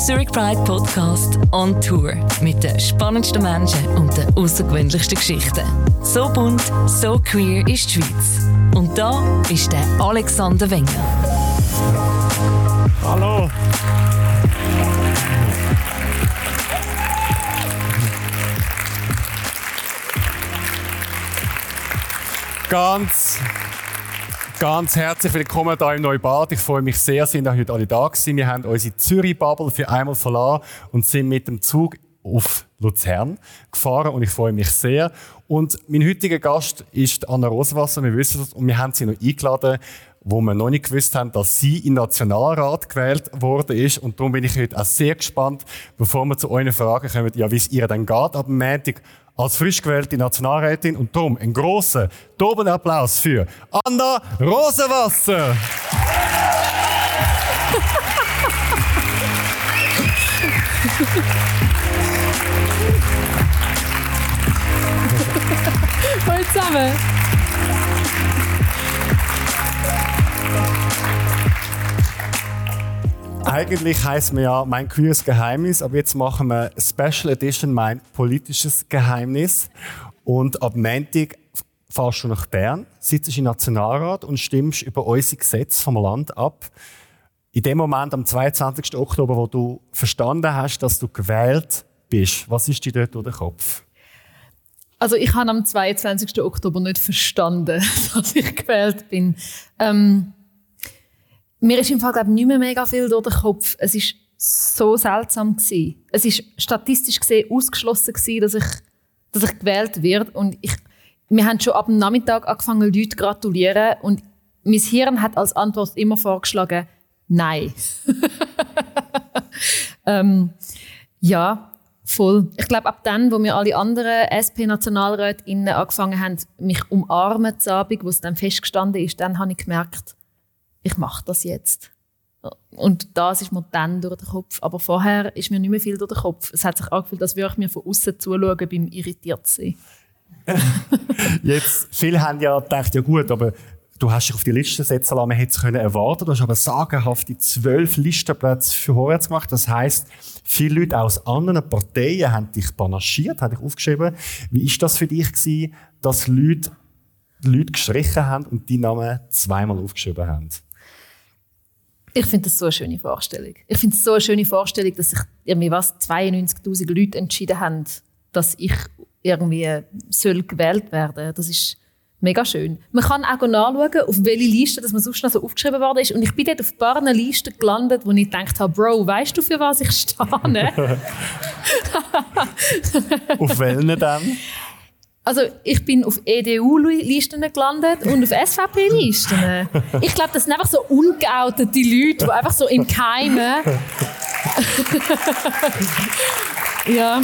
Zurich Pride Podcast on Tour mit den spannendsten Menschen und den außergewöhnlichsten Geschichten. So bunt, so queer ist die Schweiz. Und da ist der Alexander Wenger. Hallo. Ganz herzlich willkommen hier im Neubad. Ich freue mich sehr, sind heute alle da gewesen. Wir haben unsere Zürich-Bubble für einmal verlassen und sind mit dem Zug auf Luzern gefahren und ich freue mich sehr. Und mein heutiger Gast ist Anna Rosenwasser, wir wissen das, und wir haben sie noch eingeladen, wo wir noch nicht gewusst haben, dass sie in den Nationalrat gewählt worden ist. Und darum bin ich heute auch sehr gespannt, bevor wir zu euren Fragen kommen, ja, wie es ihr dann geht ab Montag als frisch gewählte Nationalrätin. Und darum einen grossen, tobenden Applaus für Anna Rosenwasser. Hallo zusammen. Eigentlich heisst mir ja «Mein queeres Geheimnis», aber jetzt machen wir Special Edition «Mein politisches Geheimnis». Und ab Montag fährst du nach Bern, sitzt im Nationalrat und stimmst über unsere Gesetze vom Land ab. In dem Moment, am 22. Oktober, wo du verstanden hast, dass du gewählt bist, was ist dir dort durch den Kopf? Also ich habe am 22. Oktober nicht verstanden, dass ich gewählt bin. Mir ist im Fall, glaube ich, nicht mehr mega viel durch den Kopf. Es war so seltsam gewesen. Es war statistisch gesehen ausgeschlossen gewesen, dass ich gewählt werde. Und wir haben schon ab dem Nachmittag angefangen, Leute zu gratulieren. Und mein Hirn hat als Antwort immer vorgeschlagen, nein. Ja, voll. Ich glaube, ab dann, wo wir alle anderen SP-NationalrätInnen angefangen haben, mich umarmen zu Abend, wo es dann festgestanden ist, dann habe ich gemerkt, ich mache das jetzt. Und das ist mir dann durch den Kopf. Aber vorher ist mir nicht mehr viel durch den Kopf. Es hat sich angefühlt, als würde ich mir von außen zuschauen beim Irritiertsein. Jetzt, viele haben ja gedacht, ja gut, aber du hast dich auf die Liste setzen lassen, man hätte es erwarten können. Du hast aber sagenhafte 12 Listenplätze für Vorwärts gemacht. Das heisst, viele Leute aus anderen Parteien haben dich panaschiert, haben dich aufgeschrieben. Wie war das für dich gewesen, dass Leute gestrichen haben und deinen Namen zweimal aufgeschrieben haben? Ich finde das so eine schöne Vorstellung. Ich finde es so eine schöne Vorstellung, dass sich irgendwie 92'000 Leute entschieden haben, dass ich irgendwie gewählt werden soll. Das ist mega schön. Man kann auch nachschauen, auf welche Liste dass man sonst noch so aufgeschrieben worden ist. Und ich bin dort auf ein paar Listen gelandet, wo ich gedacht habe, Bro, weißt du, für was ich stehe? Auf welchen dann? Also ich bin auf EDU-Listen gelandet und auf SVP-Listen. Ich glaube, das sind einfach so ungeoutete Leute, die einfach so im Keimen... Ja.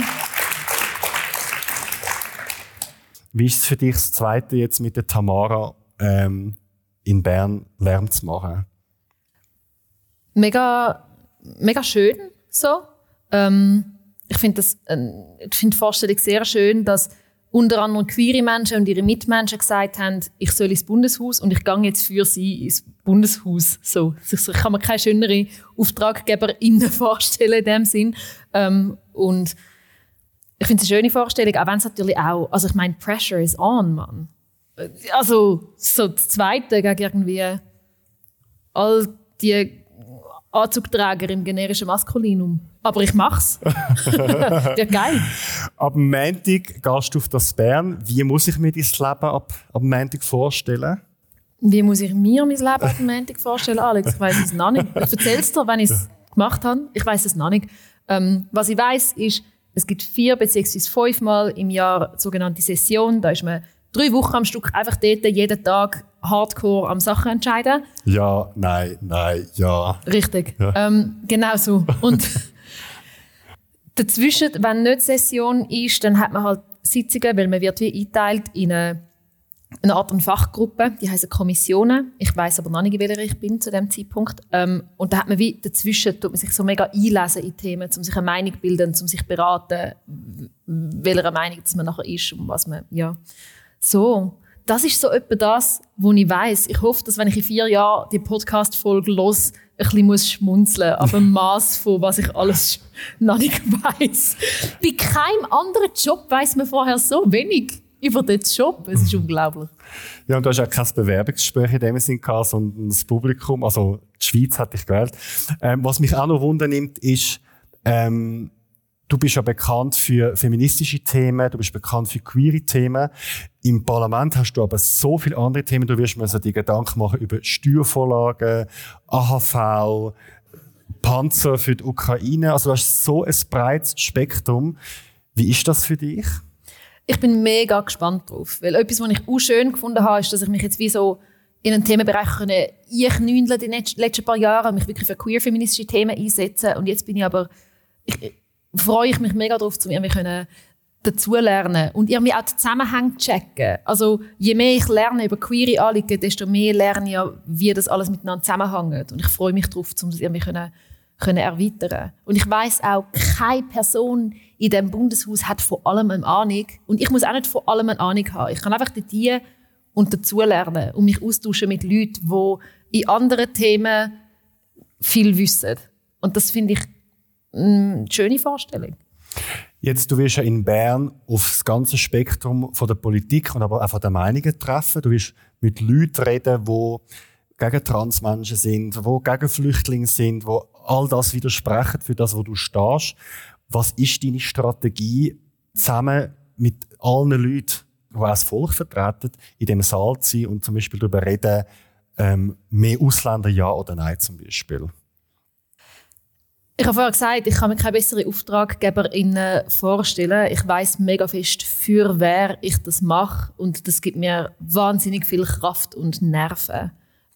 Wie ist es für dich, das Zweite jetzt mit der Tamara in Bern Lärm zu machen? Mega schön so. Ich finde die Vorstellung sehr schön, dass unter anderem queere Menschen und ihre Mitmenschen gesagt haben, ich soll ins Bundeshaus und ich gehe jetzt für sie ins Bundeshaus. So. Ich kann mir keine schönere AuftraggeberInnen vorstellen in dem Sinn. Und ich finde es eine schöne Vorstellung, auch wenn es natürlich auch, also ich meine, Pressure is on, Mann. Also so das Zweite gegen irgendwie all die Anzugträger im generischen Maskulinum. Aber ich mach's. Wird geil. Ab Montag gehst du auf das Bern. Wie muss ich mir dein Leben ab Montag vorstellen? Wie muss ich mir mein Leben ab Montag vorstellen, Alex? Ich weiss es noch nicht. Ich erzähle es dir, wenn ich es gemacht habe. Ich weiss es noch nicht. Was ich weiss, ist, es gibt 4 bzw. 5 Mal im Jahr sogenannte Session. Da ist man 3 Wochen am Stück einfach dort, jeden Tag hardcore am Sachen entscheiden. Ja, nein, ja. Richtig. Ja. Genau so. Und dazwischen, wenn nicht Session ist, dann hat man halt Sitzungen, weil man wird wie eingeteilt in eine Art von Fachgruppe, die heißen Kommissionen. Ich weiss aber noch nicht, in welcher ich bin zu dem Zeitpunkt. Und da hat man wie dazwischen, tut man sich so mega einlesen in Themen, um sich eine Meinung zu bilden, um sich zu beraten, welcher Meinung dass man nachher ist und was man, ja. So, das ist so etwa das, was ich weiss. Ich hoffe, dass wenn ich in 4 Jahren die Podcast-Folge höre, ein bisschen schmunzeln muss, aber ein Maß von, was ich alles noch nicht weiss. Bei keinem anderen Job weiss man vorher so wenig über den Job. Es ist unglaublich. Ja, und du hast auch kein Bewerbungsgespräch in dem Sinn gehabt, sondern das Publikum, also die Schweiz hat dich gewählt. Was mich auch noch wundernimmt, ist, du bist ja bekannt für feministische Themen, du bist bekannt für queere Themen. Im Parlament hast du aber so viele andere Themen. Du wirst mir so die Gedanken machen über Steuervorlagen, AHV, Panzer für die Ukraine. Also du hast so ein breites Spektrum. Wie ist das für dich? Ich bin mega gespannt drauf. Weil etwas, was ich auch schön gefunden habe, ist, dass ich mich jetzt wie so in einen Themenbereich einknündeln in den letzten paar Jahren und mich wirklich für queer-feministische Themen einsetzen. Und jetzt bin ich aber... freue ich mich mega darauf, um irgendwie dazulernen und irgendwie auch die Zusammenhänge checken. Also, je mehr ich lerne über queere Anliegen, desto mehr lerne ich ja, wie das alles miteinander zusammenhängt. Und ich freue mich darauf, um das irgendwie können erweitern. Und ich weiss auch, keine Person in diesem Bundeshaus hat von allem eine Ahnung. Und ich muss auch nicht von allem eine Ahnung haben. Ich kann einfach dort und dazulernen und mich austauschen mit Leuten, die in anderen Themen viel wissen. Und das finde ich eine schöne Vorstellung. Jetzt, du wirst ja in Bern auf das ganze Spektrum von der Politik und aber auch von den Meinungen treffen. Du wirst mit Leuten reden, die gegen Transmenschen sind, die gegen Flüchtlinge sind, die all das widersprechen für das, wo du stehst. Was ist deine Strategie, zusammen mit allen Leuten, die auch das Volk vertreten, in diesem Saal zu sein und zum Beispiel darüber reden, mehr Ausländer ja oder nein zum Beispiel? Ich habe vorher gesagt, ich kann mir keine bessere AuftraggeberInnen vorstellen. Ich weiss mega fest, für wer ich das mache. Und das gibt mir wahnsinnig viel Kraft und Nerven.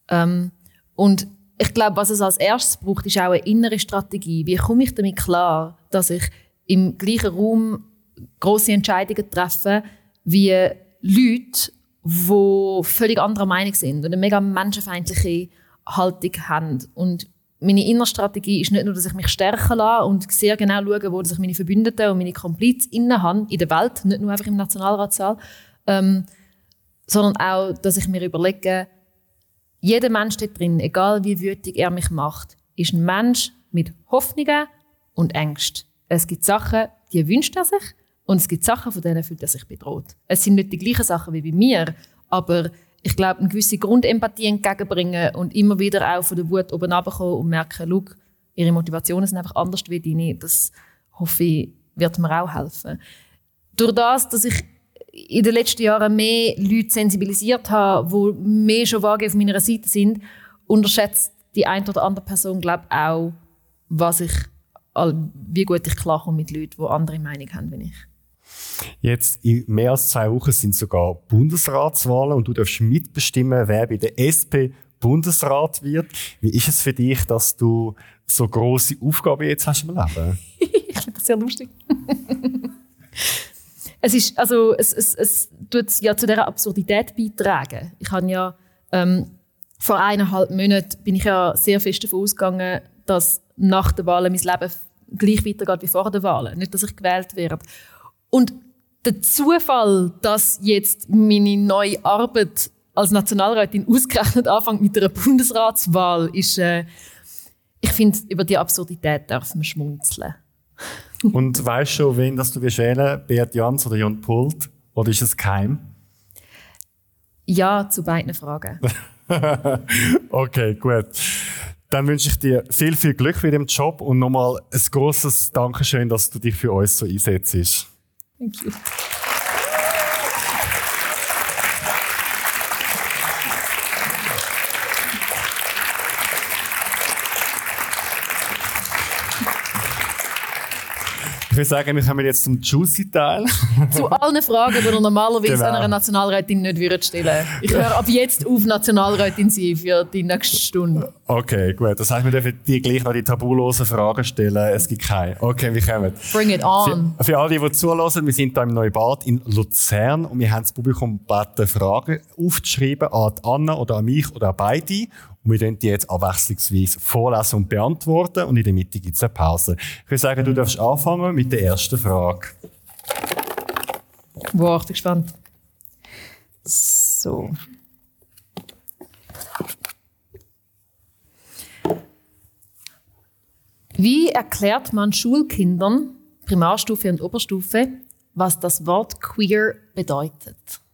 Und ich glaube, was es als erstes braucht, ist auch eine innere Strategie. Wie komme ich damit klar, dass ich im gleichen Raum grosse Entscheidungen treffe, wie Leute, die völlig anderer Meinung sind und eine mega menschenfeindliche Haltung haben. Und meine innere Strategie ist nicht nur, dass ich mich stärken lasse und sehr genau schaue, wo ich meine Verbündeten und meine KomplizInnen habe in der Welt, nicht nur einfach im Nationalratssaal, sondern auch, dass ich mir überlege, jeder Mensch dort drin, egal wie wütig er mich macht, ist ein Mensch mit Hoffnungen und Ängsten. Es gibt Sachen, die wünscht er sich, und es gibt Sachen, von denen fühlt er sich bedroht. Es sind nicht die gleichen Sachen wie bei mir, aber ich glaube, eine gewisse Grundempathie entgegenbringen und immer wieder auch von der Wut oben runterkommen und merken, schau, ihre Motivationen sind einfach anders wie deine. Das, hoffe ich, wird mir auch helfen. Durch das, dass ich in den letzten Jahren mehr Leute sensibilisiert habe, die mehr schon vage auf meiner Seite sind, unterschätzt die eine oder andere Person, glaube ich, auch, wie gut ich klarkomme mit Leuten, die andere Meinung haben wie ich. Jetzt in mehr als 2 Wochen sind sogar Bundesratswahlen und du darfst mitbestimmen, wer bei der SP Bundesrat wird. Wie ist es für dich, dass du so grosse Aufgaben jetzt hast im Leben? Ich finde das sehr lustig. Es tut ja zu dieser Absurdität beitragen. Ich habe ja vor 1,5 Monaten bin ich ja sehr fest davon ausgegangen, dass nach den Wahlen mein Leben gleich weitergeht wie vor den Wahlen. Nicht, dass ich gewählt werde. Und der Zufall, dass jetzt meine neue Arbeit als Nationalrätin ausgerechnet anfängt mit einer Bundesratswahl, ist, ich finde, über die Absurdität darf man schmunzeln. Und weißt du schon, wen das du wählen willst? Beat Jans oder Jon Pult? Oder ist es geheim? Ja, zu beiden Fragen. Okay, gut. Dann wünsche ich dir viel, viel Glück bei dem Job und nochmal ein grosses Dankeschön, dass du dich für uns so einsetzt. Thank you. Ich würde sagen, wir kommen jetzt zum Juicy-Teil. Zu allen Fragen, die ihr normalerweise einer Nationalrätin nicht stellen würdet. Ich höre ab jetzt auf, Nationalrätin sein für die nächste Stunde. Okay, gut. Das heisst, wir dürfen dir gleich noch die tabulosen Fragen stellen. Es gibt keine. Okay, wir kommen. Bring it on. Für alle, die zuhören, wir sind hier im Neubad in Luzern und wir haben das Publikum gebeten, Fragen aufzuschreiben an Anna oder an mich oder an beide. Und wir werden die jetzt abwechslungsweise vorlesen und beantworten. Und in der Mitte gibt es eine Pause. Ich würde sagen, du darfst anfangen mit der ersten Frage. Wow, ich bin gespannt. So. Wie erklärt man Schulkindern, Primarstufe und Oberstufe, was das Wort queer bedeutet?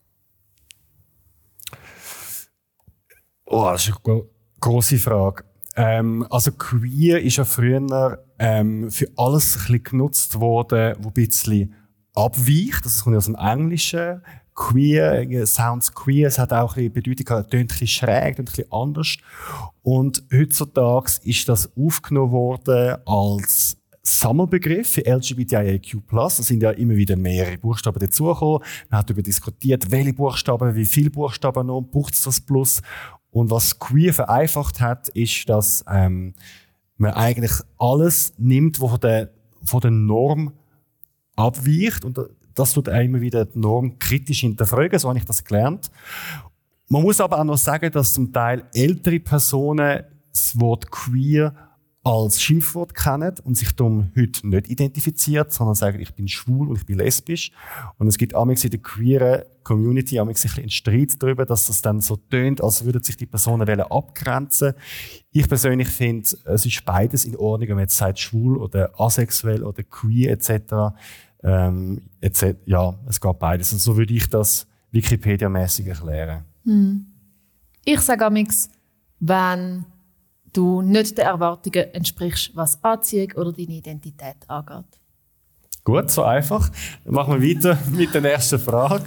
Oh, das ist eine grosse Frage. Also queer ist ja früher für alles ein bisschen genutzt worden, was ein bisschen abweicht. Das kommt aus dem Englischen. Queer, sounds queer, es hat auch ein bisschen Bedeutung, es tönt ein bisschen schräg, ein bisschen anders. Und heutzutage ist das aufgenommen worden als Sammelbegriff für LGBTIQ+. Es sind ja immer wieder mehrere Buchstaben dazugekommen. Man hat darüber diskutiert, welche Buchstaben, wie viele Buchstaben noch, braucht es das Plus? Und was queer vereinfacht hat, ist, dass man eigentlich alles nimmt, was von der Norm abweicht. Und das tut immer wieder die Norm kritisch hinterfragen, so habe ich das gelernt. Man muss aber auch noch sagen, dass zum Teil ältere Personen das Wort queer als Schimpfwort kennen und sich darum heute nicht identifiziert, sondern sagen, ich bin schwul und ich bin lesbisch. Und es gibt amigs in der queeren Community amigs einen Streit darüber, dass das dann so tönt, als würden sich die Personen abgrenzen. Ich persönlich finde, es ist beides in Ordnung, wenn man jetzt sagt schwul oder asexuell oder queer etc. Ja, es geht beides. Und so würde ich das Wikipedia-mäßig erklären. Ich sage amigs, wenn du nicht den Erwartungen entsprichst, was Anziehung oder deine Identität angeht. Gut, so einfach. Dann machen wir weiter mit der nächsten Frage.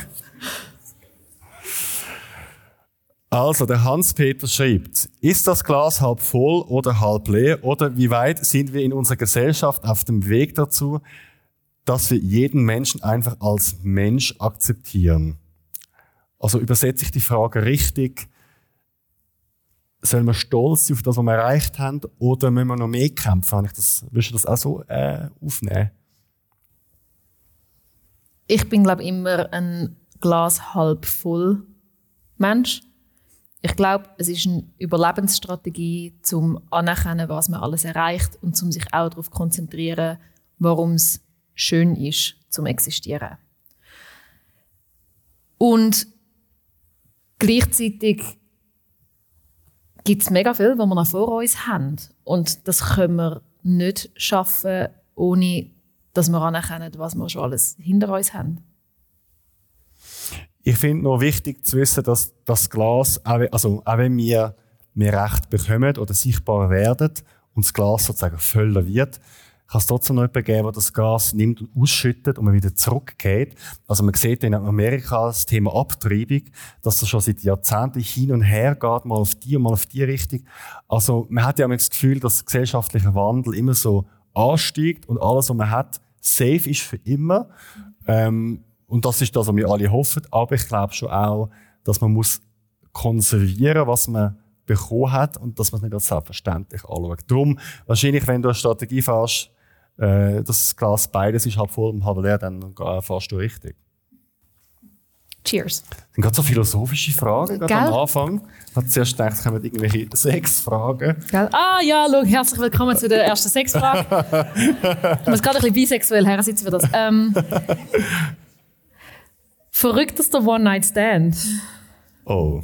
Also, der Hans-Peter schreibt, ist das Glas halb voll oder halb leer? Oder wie weit sind wir in unserer Gesellschaft auf dem Weg dazu, dass wir jeden Menschen einfach als Mensch akzeptieren? Also übersetze ich die Frage richtig. Sollen wir stolz sein auf das, was wir erreicht haben, oder müssen wir noch mehr kämpfen? Würdest du das auch so aufnehmen? Ich bin, glaube ich, immer ein Glas halb voll Mensch. Ich glaube, es ist eine Überlebensstrategie, zum anerkennen, was man alles erreicht und zum sich auch darauf konzentrieren, warum es schön ist, zum Existieren. Und gleichzeitig gibt es mega viel, was wir noch vor uns haben. Und das können wir nicht schaffen, ohne dass wir anerkennen, was wir schon alles hinter uns haben. Ich finde noch wichtig zu wissen, dass das Glas, auch wenn wir mehr Recht bekommen oder sichtbar werden und das Glas sozusagen voller wird, kann es trotzdem noch jemanden geben, der das Gas nimmt und ausschüttet und man wieder zurückgeht. Also man sieht in Amerika das Thema Abtreibung, dass das schon seit Jahrzehnten hin und her geht, mal auf die und mal auf die Richtung. Also man hat ja das Gefühl, dass gesellschaftlicher Wandel immer so ansteigt und alles, was man hat, safe ist für immer. Und das ist das, was wir alle hoffen. Aber ich glaube schon auch, dass man muss konservieren, was man bekommen hat und dass man es nicht als selbstverständlich anschaut. Darum, wahrscheinlich, wenn du eine Strategie fährst, das Glas beides ist halb voll und halb leer, dann fährst du richtig. Cheers. Das sind gerade so philosophische Fragen am Anfang. Ich habe zuerst gedacht, kommen irgendwelche Sexfragen. Gell? Ah ja, schau, herzlich willkommen zu der ersten Sexfrage. Ich muss gerade ein bisschen bisexuell hersitzen für das. Verrücktester One-Night-Stand? Oh.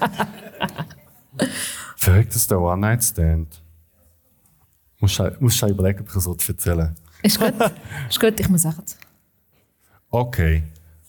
Verrücktester One-Night-Stand. Musst du überlegen, ob ich das erzählen soll. Ist gut. Ist gut, ich muss sagen. Okay.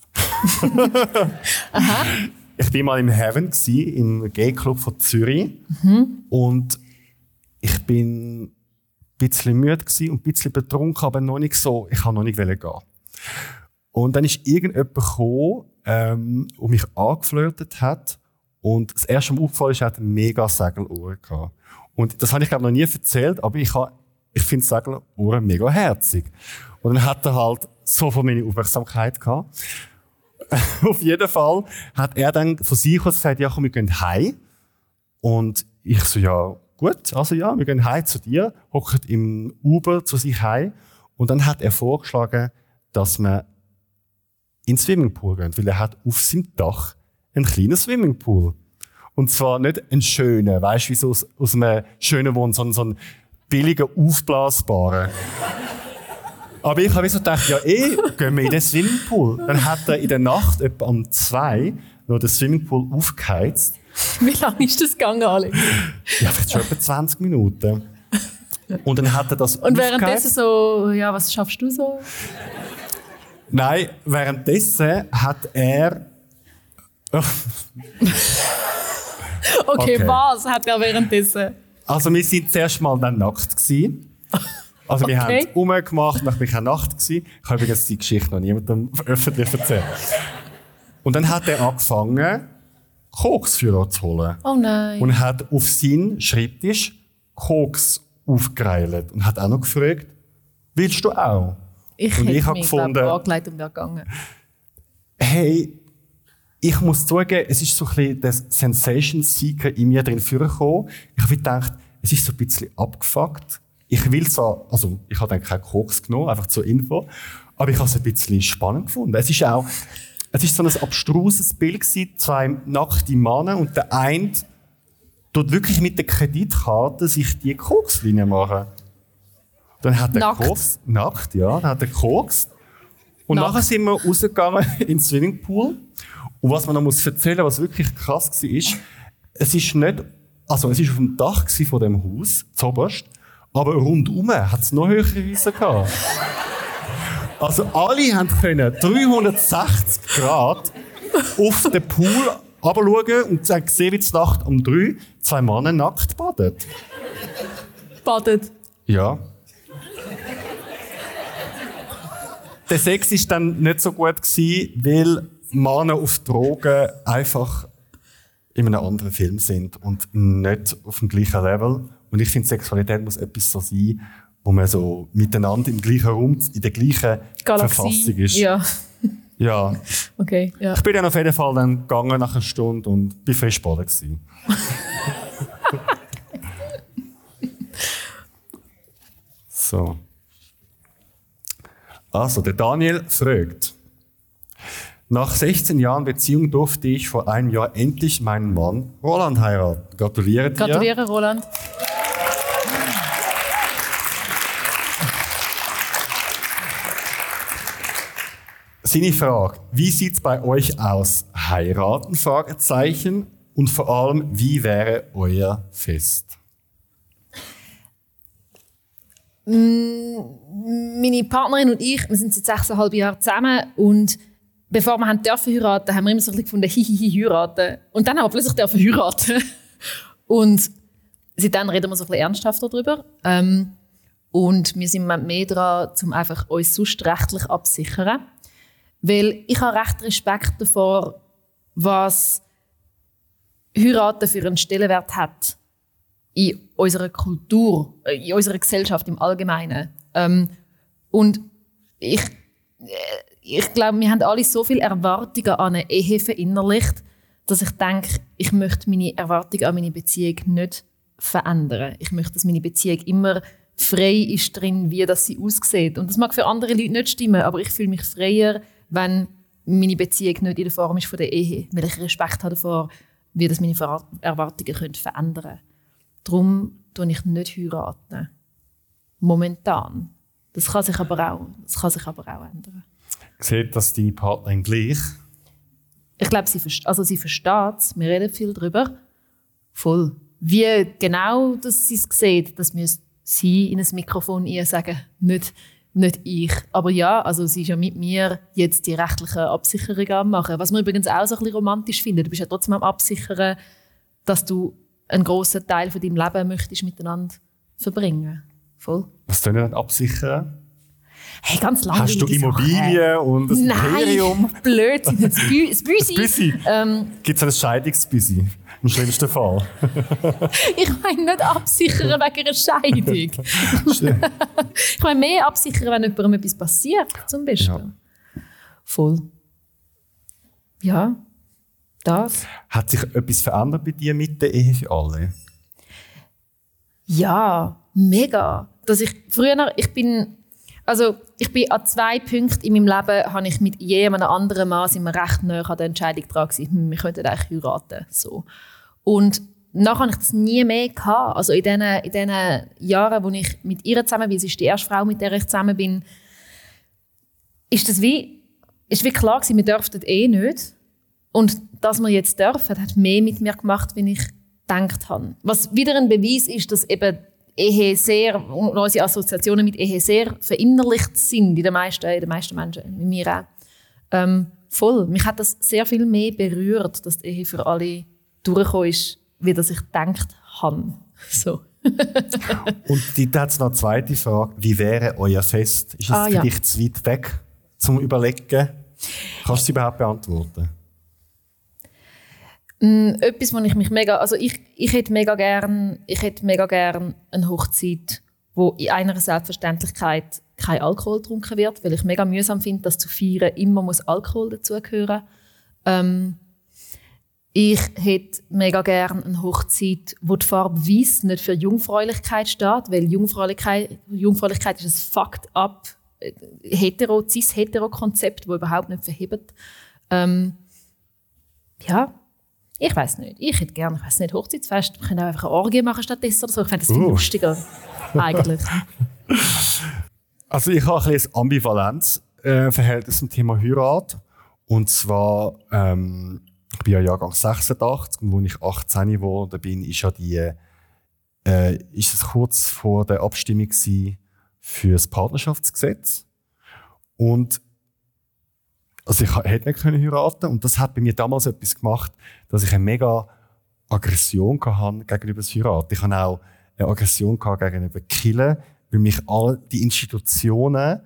Aha. Ich war mal im Heaven, im Gay-Club von Zürich. Und ich bin ein bisschen müde und ein bisschen betrunken, aber noch nicht so. Ich wollte noch nicht gehen. Und dann ist irgendjemand gekommen, und mich angeflirtet hat. Und das erste, was mir aufgefallen ist, er hat mega Segelohren gehabt. Und das habe ich, glaube ich, noch nie erzählt, aber ich finde Segelohren mega herzig. Und dann hat er halt so von meiner Aufmerksamkeit gehabt. Auf jeden Fall hat er dann von sich aus gesagt, ja komm, wir gehen heim. Und ich so, ja gut, also ja, wir gehen heim zu dir, hocken im Uber zu sich heim. Und dann hat er vorgeschlagen, dass wir in den Swimmingpool gehen, weil er hat auf seinem Dach einen kleinen Swimmingpool. Und zwar nicht einen schönen, weißt du, wie so aus einem schönen Wohn, sondern so einen billigen, aufblasbaren. Aber ich habe so gedacht, ja gehen wir in den Swimmingpool. Dann hat er in der Nacht, etwa um 2, noch den Swimmingpool aufgeheizt. Wie lange ist das gegangen, Alex? Ja, vielleicht schon etwa 20 Minuten. Und dann hat er das Und währenddessen so, ja, was schaffst du so? Nein, währenddessen hat er... Okay, was hat er währenddessen? Also wir waren zuerst mal dann nackt gewesen. Also wir haben rumgemacht, dann bin ich auch nackt gewesen. Ich habe übrigens die Geschichte noch niemandem öffentlich erzählt. Und dann hat er angefangen, Koks für uns zu holen. Oh nein. Und hat auf seinen Schreibtisch Koks aufgereilt. Und hat auch noch gefragt, willst du auch? Ich und hätte ich habe mich gefunden, angelegt und wäre gegangen. Hey, ich muss zugeben, es ist so ein bisschen der Sensation-Seeker in mir drin vorgekommen. Ich habe gedacht, es ist so ein bisschen abgefuckt. Ich will so, also ich habe dann keinen Koks genommen, einfach zur Info. Aber ich habe es ein bisschen spannend gefunden. Es ist so ein abstruses Bild gewesen, 2 nackte Männer und der eine tut wirklich mit der Kreditkarte sich die Kokslinie machen. Dann hat er Koks, nackt, ja, dann hat er Koks. Und nachher sind wir rausgegangen ins Swimmingpool. Und was man noch erzählen muss, was wirklich krass war, ist, es ist auf dem Dach von dem Haus, zuoberst, aber rundum hat es noch höhere Häuser gehabt. Also alle können 360 Grad auf den Pool runterschauen und haben gesehen, wie die Nacht um 3 2 Männer nackt baden. Badet? Ja. Der Sex war dann nicht so gut, weil Männer auf Drogen einfach in einem anderen Film sind und nicht auf dem gleichen Level. Und ich finde, Sexualität muss etwas so sein, wo man so miteinander im gleichen Raum, in der gleichen Galaxie. Verfassung ist. Ja. Ja. Okay, ja. Ich bin dann auf jeden Fall dann gegangen nach einer Stunde und bin frisch baden gewesen. So. Also, der Daniel fragt. Nach 16 Jahren Beziehung durfte ich vor einem Jahr endlich meinen Mann Roland heiraten. Gratuliere dir. Gratuliere, Roland. Seine Frage, wie sieht es bei euch aus? Heiraten? Fragezeichen. Und vor allem, wie wäre euer Fest? Meine Partnerin und ich, wir sind seit 6,5 Jahren zusammen und bevor wir dürfen heiraten, haben wir immer so ein bisschen gefunden, heiraten. Und dann haben wir plötzlich dürfen heiraten. Und seitdem reden wir so ein bisschen ernsthafter darüber. Und wir sind mehr dran, um einfach uns sonst rechtlich absichern. Weil ich habe recht Respekt davor, was Heiraten für einen Stellenwert hat in unserer Kultur, in unserer Gesellschaft im Allgemeinen. Und ich glaube, wir haben alle so viele Erwartungen an eine Ehe verinnerlicht, dass ich denke, ich möchte meine Erwartungen an meine Beziehung nicht verändern. Ich möchte, dass meine Beziehung immer frei ist drin, wie das sie aussieht. Und das mag für andere Leute nicht stimmen, aber ich fühle mich freier, wenn meine Beziehung nicht in der Form ist von der Ehe, weil ich Respekt habe davor, wie das meine Erwartungen verändern können. Darum tue ich nicht heiraten. Momentan. Das kann sich aber auch ändern. Sieht das deine Partnerin gleich? Ich glaube, sie versteht es. Wir reden viel darüber. Voll. Wie genau dass sie es sieht, das müsste sie in ein Mikrofon sagen, nicht ich. Aber ja, also sie ist ja mit mir jetzt die rechtliche Absicherung am machen. Was man übrigens auch so ein bisschen romantisch findet. Du bist ja trotzdem am Absichern, dass du einen grossen Teil von deinem Leben möchtest miteinander verbringen. Voll. Was tun wir dann absichern? Hey, ganz langweilige Hast du Immobilien und ein Imperium? Nein, Blödsinn, das Büsi. Gibt es ein Scheidungsbüsi? Im schlimmsten Fall. Ich meine nicht absichern wegen einer Scheidung. Ich meine mehr absichern, wenn jemandem etwas passiert, zum Beispiel. Ja. Voll. Ja, das. Hat sich etwas verändert bei dir mit der Ehe für alle? Ja, mega. Ich bin an 2 Punkten in meinem Leben, habe ich mit jedem anderen Mann sind wir recht nahe an der Entscheidung dran gewesen, wir könnten eigentlich heiraten. So. Und nachher habe ich das nie mehr gehabt. Also in diesen Jahren, wo ich mit ihr zusammen bin, sie ist die erste Frau, mit der ich zusammen bin, ist wie klar gewesen, wir dürften nicht. Und dass wir jetzt dürfen, hat mehr mit mir gemacht, wie ich gedacht habe. Was wieder ein Beweis ist, dass eben Ehe und unsere Assoziationen mit Ehe sehr verinnerlicht sind in den meisten Menschen, mit mir auch. Voll. Mich hat das sehr viel mehr berührt, dass die Ehe für alle durchgekommen ist, wie das ich gedacht habe. So. Und da hat es noch eine zweite Frage. Wie wäre euer Fest? Ist es vielleicht zu weit weg zum Überlegen? Kannst du es überhaupt beantworten? Etwas, wo ich mich mega... Also ich hätte mega gern eine Hochzeit, wo in einer Selbstverständlichkeit kein Alkohol getrunken wird, weil ich mega mühsam finde, dass zu feiern immer muss Alkohol dazugehören. Ich hätte mega gerne eine Hochzeit, wo die Farbe Weiss nicht für Jungfräulichkeit steht, weil Jungfräulichkeit ist ein fucked-up cis-hetero-Konzept, das überhaupt nicht verhebt. Ich weiss nicht. Ich hätte gerne, Hochzeitsfest. Wir können auch einfach eine Orgie machen stattdessen oder so. Ich fände das viel lustiger, eigentlich. Also ich habe ein bisschen ein Ambivalenzverhältnis zum Thema Heirat. Und zwar, ich bin ja Jahrgang 86 und als ich 18 geworden bin, ist es kurz vor der Abstimmung für das Partnerschaftsgesetz. Und also ich hätte nicht heiraten können und das hat bei mir damals etwas gemacht, dass ich eine mega Aggression hatte gegenüber dem Heiraten. Ich hatte auch eine Aggression gegenüber Kirche, weil mich all die Institutionen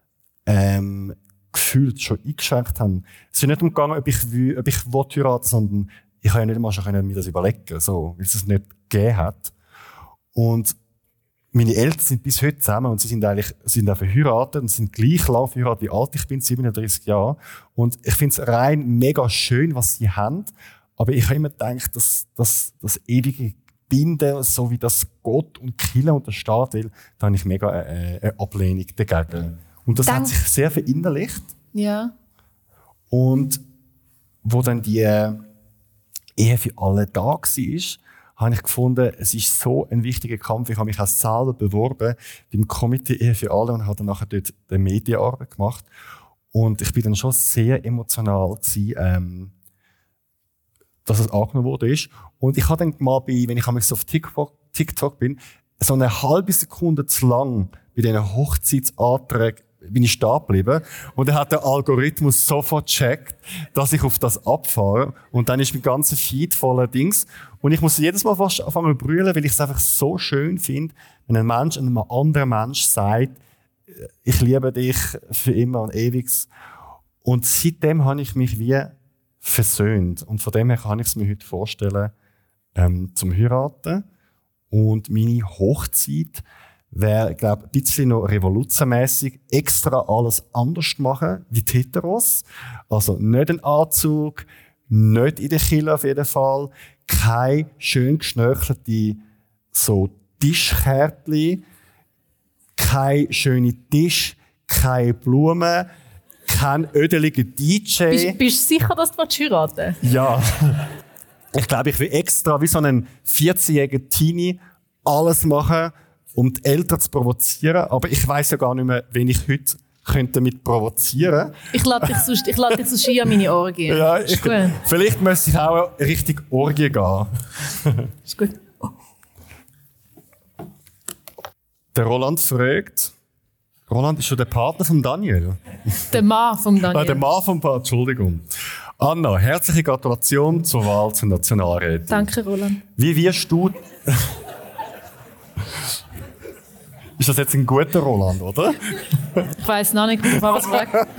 gefühlt schon eingeschränkt haben. Es ist nicht umgegangen, ob ich heiraten, sondern ich habe ja nicht einmal schon mir das überlegen, so, weil es es nicht gegeben hat. Und meine Eltern sind bis heute zusammen und sie sind auch verheiratet und sind gleich lang verheiratet wie alt ich bin, 37 Jahre. Und ich finde es rein mega schön, was sie haben. Aber ich habe immer gedacht, dass das ewige Binden, so wie das Gott und Kirche und der Staat will, da habe ich mega eine Ablehnung dagegen. Und das hat sich sehr verinnerlicht. Ja. Und wo dann die Ehe für alle da war, habe ich gefunden, es ist so ein wichtiger Kampf. Ich habe mich auch selber beworben beim Komitee Ehe für alle und habe dann nachher dort die Medienarbeit gemacht. Und ich bin dann schon sehr emotional gewesen, dass es angenommen wurde. Und ich habe dann mal wenn ich so auf TikTok bin, so eine halbe Sekunde zu lang bei diesen Hochzeitsanträgen bin ich stehen geblieben. Und dann hat der Algorithmus sofort gecheckt, dass ich auf das abfahre. Und dann ist mein ganzer Feed voller Dings. Und ich muss jedes Mal fast anfangen zu brüllen, weil ich es einfach so schön finde, wenn ein Mensch einem anderen Mensch sagt, ich liebe dich für immer und ewig. Und seitdem habe ich mich wie versöhnt. Und von dem her kann ich es mir heute vorstellen, zum Heiraten. Und meine Hochzeit wäre, glaube ich, ein bisschen noch revolutionmässig extra alles anders machen wie die Heteros. Also nicht ein Anzug, nicht in der Kirche auf jeden Fall, kein schön geschnörkelte so Tischkärtchen, kein schöner Tisch, keine Blumen, kein ödeliger DJ. Bist du sicher, dass du heiraten willst? Ja. Ich glaube, ich will extra wie so einen 14-jährigen Teenie alles machen, um die Eltern zu provozieren. Aber ich weiss ja gar nicht mehr, wen ich heute damit provozieren könnte. Ich lade dich sonst hier an meine Orgie. Ja, vielleicht müsste ich auch Richtung Orgie gehen. Ist gut. Der Roland fragt, Roland ist schon der Partner von Daniel. Der Mann von Daniel. Der Mann von Entschuldigung. Anna, herzliche Gratulation zur Wahl zur Nationalrätin. Danke, Roland. Wie wirst du... Ist das jetzt ein guter Roland, oder? Ich weiss noch nicht, was fragt.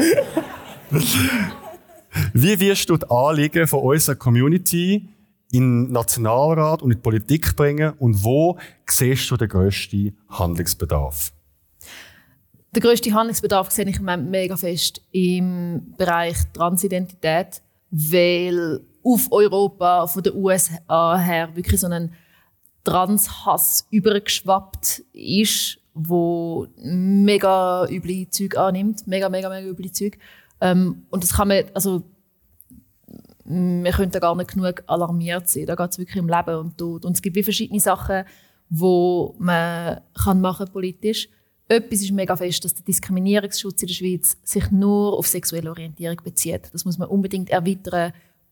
Wie wirst du die Anliegen von unserer Community in den Nationalrat und in die Politik bringen und wo siehst du den grössten Handlungsbedarf? Den grössten Handlungsbedarf sehe ich mega fest im Bereich Transidentität, weil auf Europa von den USA her wirklich so ein Transhass übergeschwappt ist, wo mega üble Zeug annimmt, mega üble Zeug. Und das kann man, also wir können da gar nicht genug alarmiert sein. Da geht es wirklich im Leben und Tod. Und es gibt wie verschiedene Sachen, die man machen kann politisch. Etwas ist mega fest, dass der Diskriminierungsschutz in der Schweiz sich nur auf sexuelle Orientierung bezieht. Das muss man unbedingt erweitern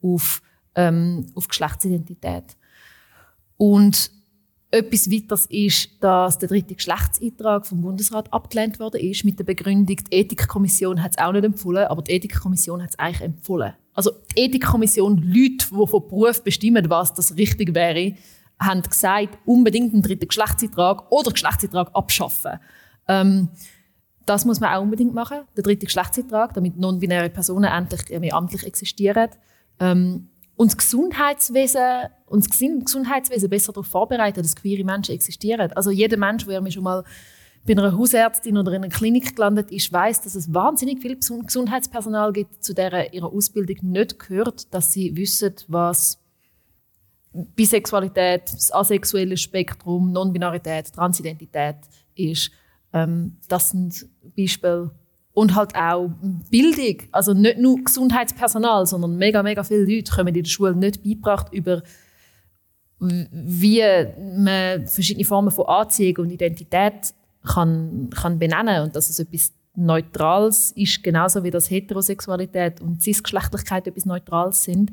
auf Geschlechtsidentität. Und etwas weiteres ist, dass der 3. Geschlechtseintrag vom Bundesrat abgelehnt worden ist, mit der Begründung, die Ethikkommission hat es auch nicht empfohlen, aber die Ethikkommission hat es eigentlich empfohlen. Also die Ethikkommission, Leute, die von Beruf bestimmen, was das richtig wäre, haben gesagt, unbedingt einen 3. Geschlechtseintrag oder Geschlechtseintrag abschaffen. Das muss man auch unbedingt machen, der 3. Geschlechtseintrag, damit non-binäre Personen endlich amtlich existieren. Und das Gesundheitswesen besser darauf vorbereiten, dass queere Menschen existieren. Also jeder Mensch, der schon mal bei einer Hausärztin oder in einer Klinik gelandet ist, weiss, dass es wahnsinnig viel Gesundheitspersonal gibt, zu der ihrer Ausbildung nicht gehört, dass sie wissen, was Bisexualität, das asexuelle Spektrum, Non-Binarität, Transidentität ist. Das sind Beispiele. Und halt auch Bildung. Also nicht nur Gesundheitspersonal, sondern mega viele Leute kommen in der Schule nicht beigebracht über, wie man verschiedene Formen von Anziehung und Identität kann benennen und dass es etwas Neutrales ist, genauso wie das Heterosexualität und Cisgeschlechtlichkeit etwas Neutrales sind.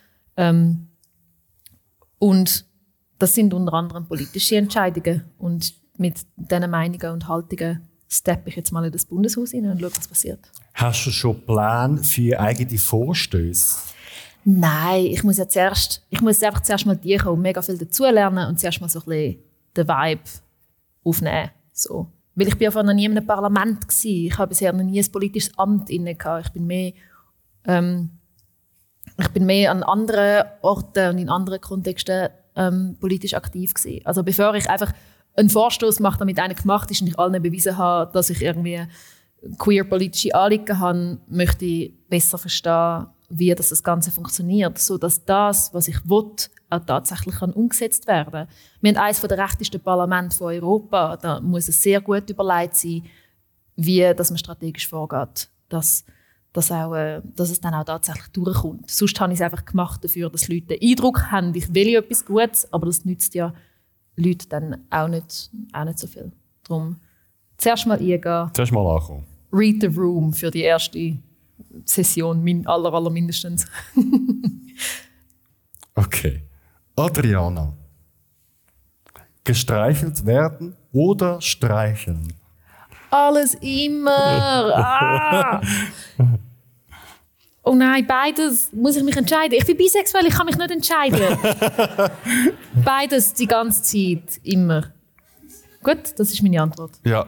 Und das sind unter anderem politische Entscheidungen. Und mit diesen Meinungen und Haltungen steppe ich jetzt mal in das Bundeshaus rein und schaue, was passiert. Hast du schon Pläne für eigene Vorstöße? Nein, ich muss einfach zuerst mal die kommen und mega viel dazulernen und zuerst mal so ein bisschen den Vibe aufnehmen. So. Weil ich bin ja vorher noch nie in einem Parlament gewesen. Ich habe bisher noch nie ein politisches Amt inne gehabt. Ich bin mehr an anderen Orten und in anderen Kontexten politisch aktiv gewesen. Also bevor ich einfach einen Vorstoß mache, damit einer gemacht ist und ich allen bewiesen habe, dass ich irgendwie queer-politische Anliegen habe, möchte ich besser verstehen, wie das Ganze funktioniert, sodass das, was ich will, auch tatsächlich umgesetzt werden kann. Wir haben eines der rechtesten Parlamente von Europa. Da muss es sehr gut überlegt sein, wie dass man strategisch vorgeht, dass es dann auch tatsächlich durchkommt. Sonst habe ich es einfach gemacht dafür, dass Leute den Eindruck haben, ich will etwas Gutes, aber das nützt ja Leute dann auch nicht so viel. Darum zuerst mal eingehen. Zuerst mal ankommen. Read the room für die erste Session, allermindestens. Okay. Adriana. Gestreichelt werden oder streicheln? Alles immer. Oh nein, beides. Muss ich mich entscheiden? Ich bin bisexuell, ich kann mich nicht entscheiden. Beides die ganze Zeit, immer. Gut, das ist meine Antwort. Ja.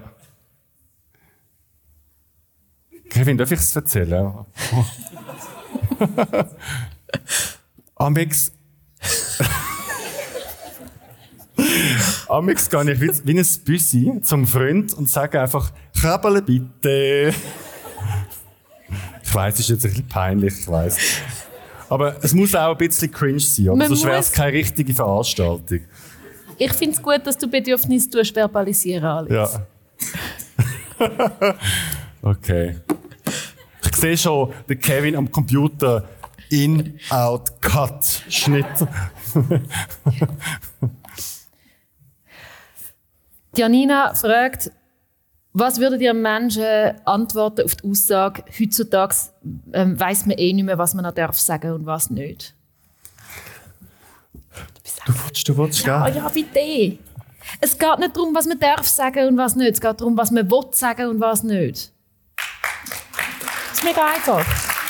Kevin, darf ich es erzählen? Amix gehe ich wie ein Büssi zum Freund und sage einfach, krabbele bitte. Ich weiss, es ist jetzt ein bisschen peinlich, ich weiss. Aber es muss auch ein bisschen cringe sein, oder? Sonst wäre es keine richtige Veranstaltung. Ich finde es gut, dass du Bedürfnisse verbalisieren, Alex. Ja. Okay. Ich sehe schon den Kevin am Computer. In, out, cut, Schnitt. Janina fragt, was würdet ihr Menschen antworten auf die Aussage, heutzutage weiss man nicht mehr, was man noch darf sagen und was nicht? Du willst, gell? Ja, bitte. Es geht nicht darum, was man darf sagen und was nicht. Es geht darum, was man will sagen und was nicht. Das ist mega einfach.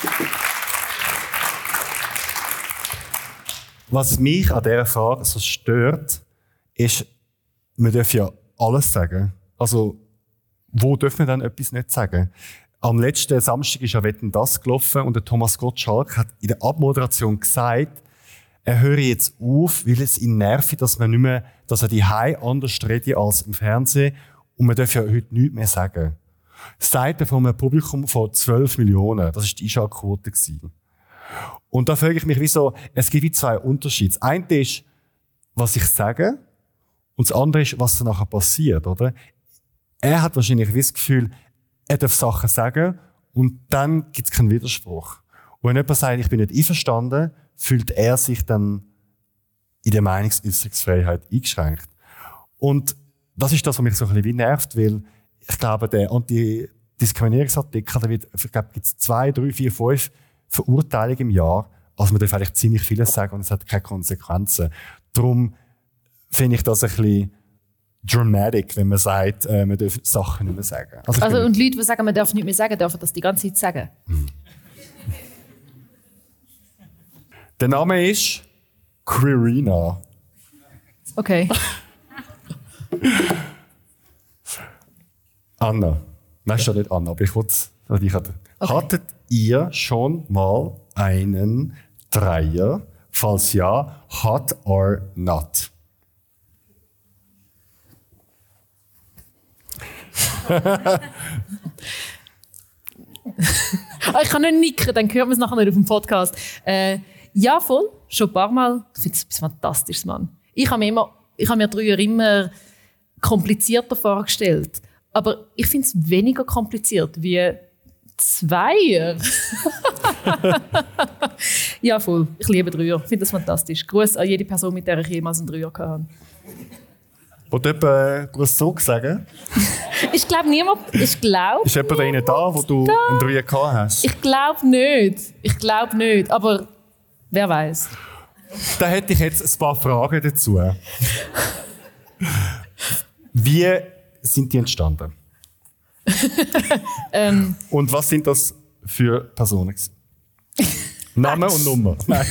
Was mich an dieser Frage so stört, ist, man darf ja alles sagen. Also, wo dürfen wir dann etwas nicht sagen? Am letzten Samstag ist ja Wetten, das gelaufen und der Thomas Gottschalk hat in der Abmoderation gesagt, er höre jetzt auf, weil es ihn nervt, dass er die anders redet als im Fernsehen und man darf ja heute nichts mehr sagen. Das sagt er von einem Publikum von 12 Millionen. Das war die Einschaltquote. Und da frage ich mich, wieso, es gibt wie zwei Unterschiede. Das eine ist, was ich sage, und das andere ist, was danach passiert, oder? Er hat wahrscheinlich das Gefühl, er darf Sachen sagen, und dann gibt es keinen Widerspruch. Und wenn jemand sagt, ich bin nicht einverstanden, fühlt er sich dann in der Meinungsäußerungsfreiheit eingeschränkt. Und das ist das, was mich so ein bisschen wie nervt, weil ich glaube, der Antidiskriminierungsartikel, da wird, ich glaube, gibt es 2, 3, 4, 5 Verurteilungen im Jahr, Also man darf eigentlich ziemlich vieles sagen und es hat keine Konsequenzen. Darum finde ich das ein bisschen dramatic, wenn man sagt, man darf Sachen nicht mehr sagen. Also und Leute, die sagen, man darf nicht mehr sagen, dürfen das die ganze Zeit sagen? Der Name ist Queerina. Okay. Anna. Nein, steht nicht Anna, aber ich wollte es. Okay. Hattet ihr schon mal einen Dreier? Falls ja, hot or not? Ich kann nicht nicken, dann hört man es nachher nicht auf dem Podcast. Ja, voll. Schon ein paar Mal. Ich finde es etwas Fantastisches, Mann. Ich habe mir Dreier immer komplizierter vorgestellt. Aber ich finde es weniger kompliziert wie Zweier. Ja, voll. Ich liebe Dreier. Ich finde das fantastisch. Gruß an jede Person, mit der ich jemals einen Dreier hatte. Wollt jemand Gruß zurücksagen? Ich glaube niemand. Ist jemand da innen da, wo du einen Dreier gehabt hast? Ich glaube nicht. Aber wer weiß. Da hätte ich jetzt ein paar Fragen dazu. Wie sind die entstanden? Und was sind das für Personen? Name und Nummer. Nein.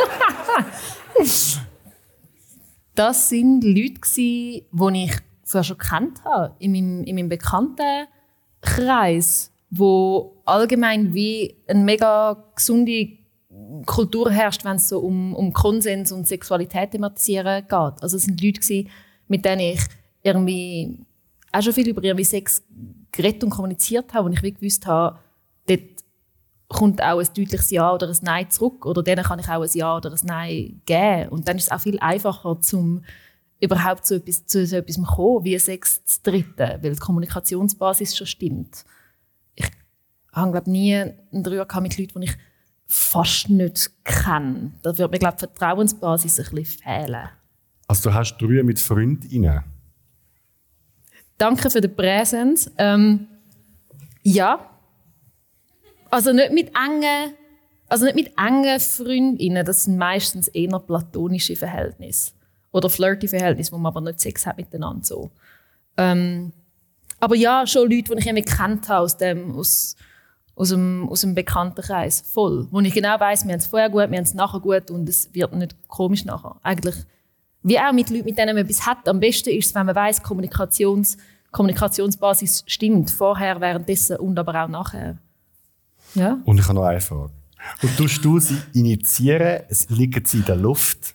Das sind Leute, die ich vorher schon kennt habe, in meinem Bekanntenkreis, wo allgemein wie eine mega gesunde Kultur herrscht, wenn es so um Konsens und Sexualität thematisieren geht. Also es sind Leute, mit denen ich irgendwie auch schon viel über irgendwie Sex geredet und kommuniziert habe, und ich gewusst habe, dort kommt auch ein deutliches Ja oder ein Nein zurück, oder denen kann ich auch ein Ja oder ein Nein geben. Und dann ist es auch viel einfacher, zum überhaupt zu etwas zu kommen, wie Sex zu dritten, weil die Kommunikationsbasis schon stimmt. Ich habe, glaube ich, nie einen Dreier mit Leuten, die ich fast nicht kenne. Da würde mir, glaube ich, die Vertrauensbasis ein bisschen fehlen. Also du hast Dreier mit Freundinnen? Danke für den Präsens. Ja. Also nicht mit engen Freundinnen. Das sind meistens eher platonische Verhältnisse. Oder flirty Verhältnisse, wo man aber nicht Sex hat miteinander. So. Aber ja, schon Leute, die ich irgendwie gekannt habe aus dem Bekanntenkreis. Voll. Wo ich genau weiss, wir haben es vorher gut, wir haben es nachher gut und es wird nicht komisch nachher. Eigentlich, wie auch mit Leuten, mit denen man etwas hat. Am besten ist es, wenn man weiss, Kommunikationsbasis stimmt. Vorher, währenddessen und aber auch nachher. Ja? Und ich habe noch eine Frage. Und tust du sie initiieren, es liegt sie in der Luft?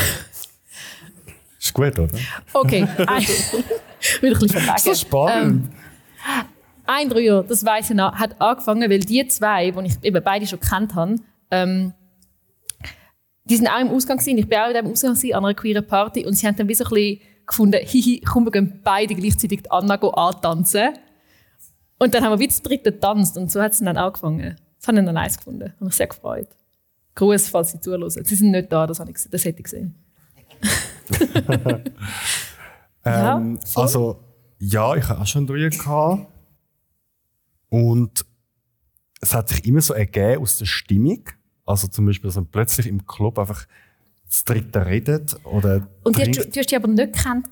Ist gut, oder? Okay. Wieder ein bisschen verlegen. So spannend. Ein Dreier, das weiss ich noch, hat angefangen, weil die zwei, die ich eben beide schon gekannt habe, die sind auch im Ausgang gewesen. Ich war auch in diesem Ausgang gewesen, an einer queeren Party, und sie haben dann wie so ein bisschen gefunden, hihi, komm, wir gehen beide gleichzeitig die Anna antanzen. Und dann haben wir wieder das dritte getanzt, und so hat es dann angefangen. Das habe ich dann nice gefunden. Ich habe mich sehr gefreut. Gruß, falls Sie zuhören. Sie sind nicht da, das hätte ich gesehen. Ja, also, ja, ich hatte auch schon Dreier gehabt. Und es hat sich immer so ergeben aus der Stimmung. Also zum Beispiel, dass man plötzlich im Club einfach das Dritte redet. Oder und du hast die aber nicht gekannt?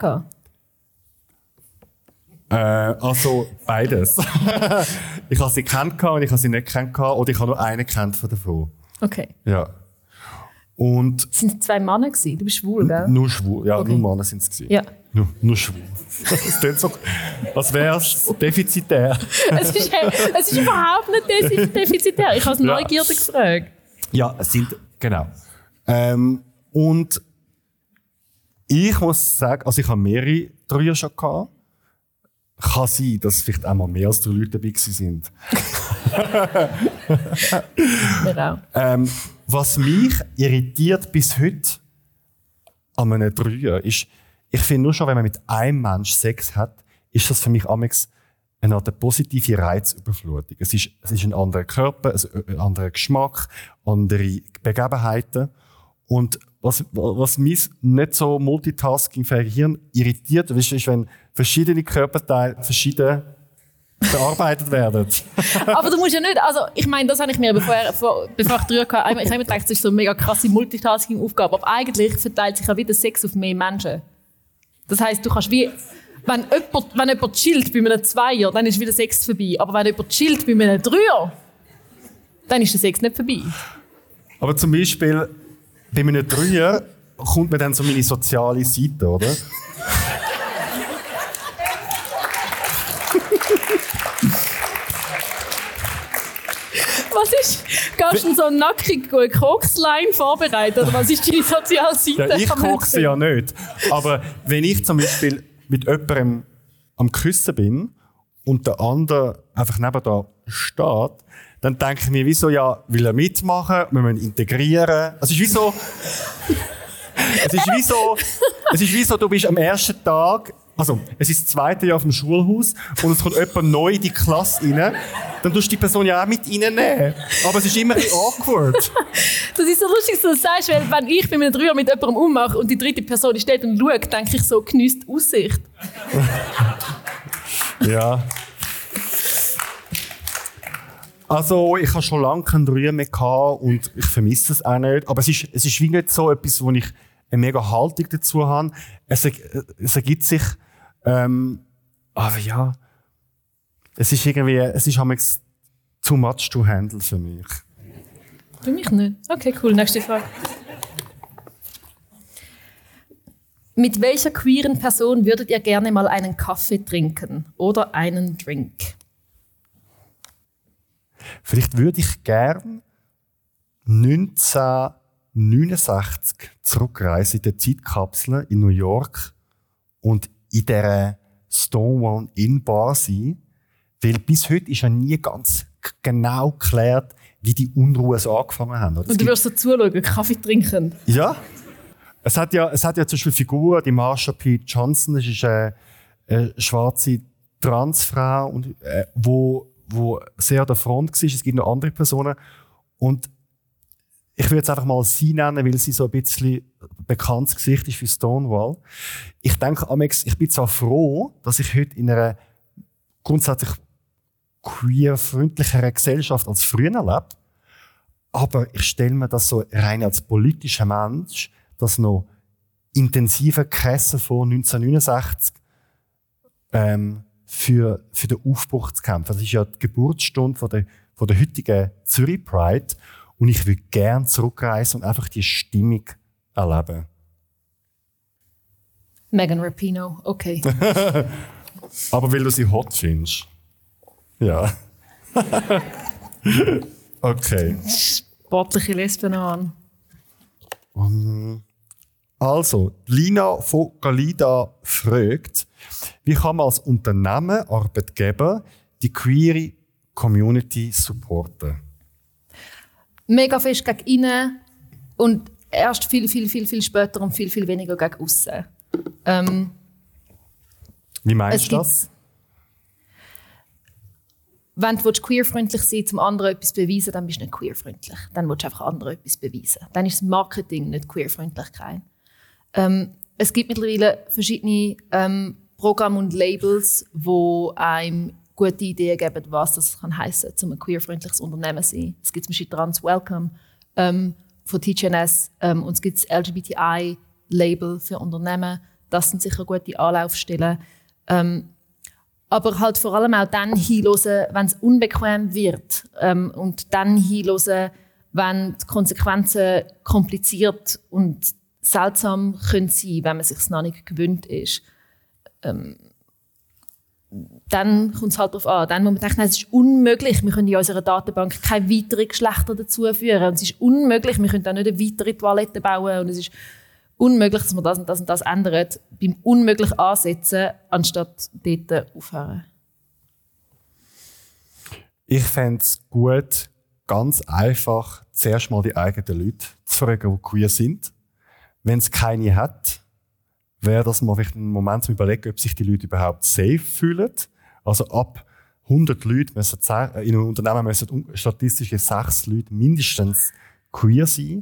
Also beides. Ich habe sie gekannt und ich habe sie nicht gekannt. Oder ich habe nur einen gekannt von davon. Okay. Ja. Und sind es zwei Männer gewesen? Du bist schwul, gell? Nur schwul, ja, okay. Nur Männer sind es gewesen. Ja. Nur schwul. Das klingt so, als wäre es defizitär. Es ist überhaupt nicht defizitär. Ich habe es neugierig gefragt. Ja, es sind, genau. Und ich muss sagen, also ich habe mehrere Dreier schon gehabt. Kann sein, dass vielleicht auch mal mehr als 3 Leute dabei sind. Genau. Was mich irritiert bis heute an einem Dreier ist, ich finde nur schon, wenn man mit einem Menschen Sex hat, ist das für mich amigs eine Art positive Reizüberflutung. Es ist ein anderer Körper, ein anderer Geschmack, andere Begebenheiten. Und was mein nicht so multitaskingfähige Hirn irritiert, ist, wenn verschiedene Körperteile verschieden bearbeitet werden. Aber du musst ja nicht, also ich meine, das habe ich mir, bevor ich drüber hatte, ich habe mir gedacht, das ist so eine mega krasse Multitasking-Aufgabe, aber eigentlich verteilt sich ja wieder Sex auf mehr Menschen. Das heisst, du kannst wie, wenn jemand chillt bei einem Zweier, dann ist wieder Sex vorbei, aber wenn jemand chillt bei einem Dreier, dann ist der Sex nicht vorbei. Aber zum Beispiel, bei einem Dreier kommt mir dann so meine soziale Seite, oder? Was ist? Gehst du so nackig Kokslein vorbereiten? Oder was ist deine soziale Seite? Ja, ich kokse ja nicht. Aber wenn ich zum Beispiel mit jemandem am Küssen bin und der andere einfach nebenan steht, dann denke ich mir, wieso, ja, will er mitmachen, wir müssen integrieren. Es ist wie so, du bist am ersten Tag, also es ist das zweite Jahr vom Schulhaus und es kommt jemand neu in die Klasse rein, dann tust du die Person ja auch mit reinnehmen. Aber es ist immer ein bisschen awkward. Das ist so lustig, dass du das sagst, weil wenn ich bei einem Dreier mit jemandem ummache und die dritte Person steht und schaut, denke ich so, geniesst die Aussicht. Ja. Also, ich habe schon lange keinen Dreier mehr gehabt und ich vermisse es auch nicht. Aber es ist wie nicht so etwas, wo ich eine mega Haltung dazu habe. Es ergibt sich, aber ja, es ist too much to handle für mich. Für mich nicht. Okay, cool. Nächste Frage. Mit welcher queeren Person würdet ihr gerne mal einen Kaffee trinken oder einen Drink? Vielleicht würde ich gern 1969 zurückreisen in der Zeitkapsel in New York und in dieser Stonewall Inn Bar sein, weil bis heute ist ja nie ganz genau geklärt, wie die Unruhen so angefangen haben. Und du wirst so zuschauen, Kaffee trinken? Ja. Es hat ja zum Beispiel Figuren, die Marsha P. Johnson, das ist eine schwarze Transfrau, und, wo sehr an der Front war. Es gibt noch andere Personen. Und ich würde jetzt einfach mal sie nennen, weil sie so ein bisschen ein bekanntes Gesicht ist für Stonewall. Ich denke, ich bin zwar froh, dass ich heute in einer grundsätzlich queer-freundlicheren Gesellschaft als früher lebe, aber ich stelle mir das so rein als politischer Mensch, das noch intensive Kresse von 1969 für den Aufbruch zu kämpfen. Das ist ja die Geburtsstunde von der heutigen Zürich Pride. Und ich würde gerne zurückreisen und einfach die Stimmung erleben. Megan Rapinoe, okay. Aber weil du sie hot findest. Ja. Okay. Sportliche Lesben an. Also, Lina von Galida fragt, wie kann man als Unternehmen, Arbeitgeber, die queere Community supporten? Mega fest gegen innen und erst viel später und viel weniger gegen aussen. Wie meinst du das? Wenn du queerfreundlich sein willst, zum anderen etwas beweisen, dann bist du nicht queerfreundlich. Dann willst du einfach anderen etwas beweisen. Dann ist das Marketing nicht Queerfreundlichkeit. Es gibt mittlerweile verschiedene Programme und Labels, die einem gute Ideen geben, was das kann heissen, um ein queerfreundliches Unternehmen zu sein. Es gibt zum Beispiel Trans Welcome von TGNS und es gibt das LGBTI-Label für Unternehmen. Das sind sicher gute Anlaufstellen. Aber halt vor allem auch dann hinhören, wenn es unbequem wird. Und dann hinhören, wenn die Konsequenzen kompliziert und seltsam können sein, wenn man es sich noch nicht gewöhnt ist. Dann kommt es halt darauf an. Dann muss man denken, nein, es ist unmöglich, wir können in unserer Datenbank keine weiteren Geschlechter dazu führen. Und es ist unmöglich, wir können auch nicht eine weitere Toilette bauen. Und es ist unmöglich, dass man das und das und das ändert. Beim Unmöglich ansetzen, anstatt dort aufhören. Ich fände es gut, ganz einfach zuerst mal die eigenen Leute zu fragen, die queer sind. Wenn es keine hat, wäre das mal vielleicht ein Moment zu überlegen, ob sich die Leute überhaupt safe fühlen. Also ab 100 Leuten müssen in einem Unternehmen müssen statistisch 6 Leute mindestens queer sein.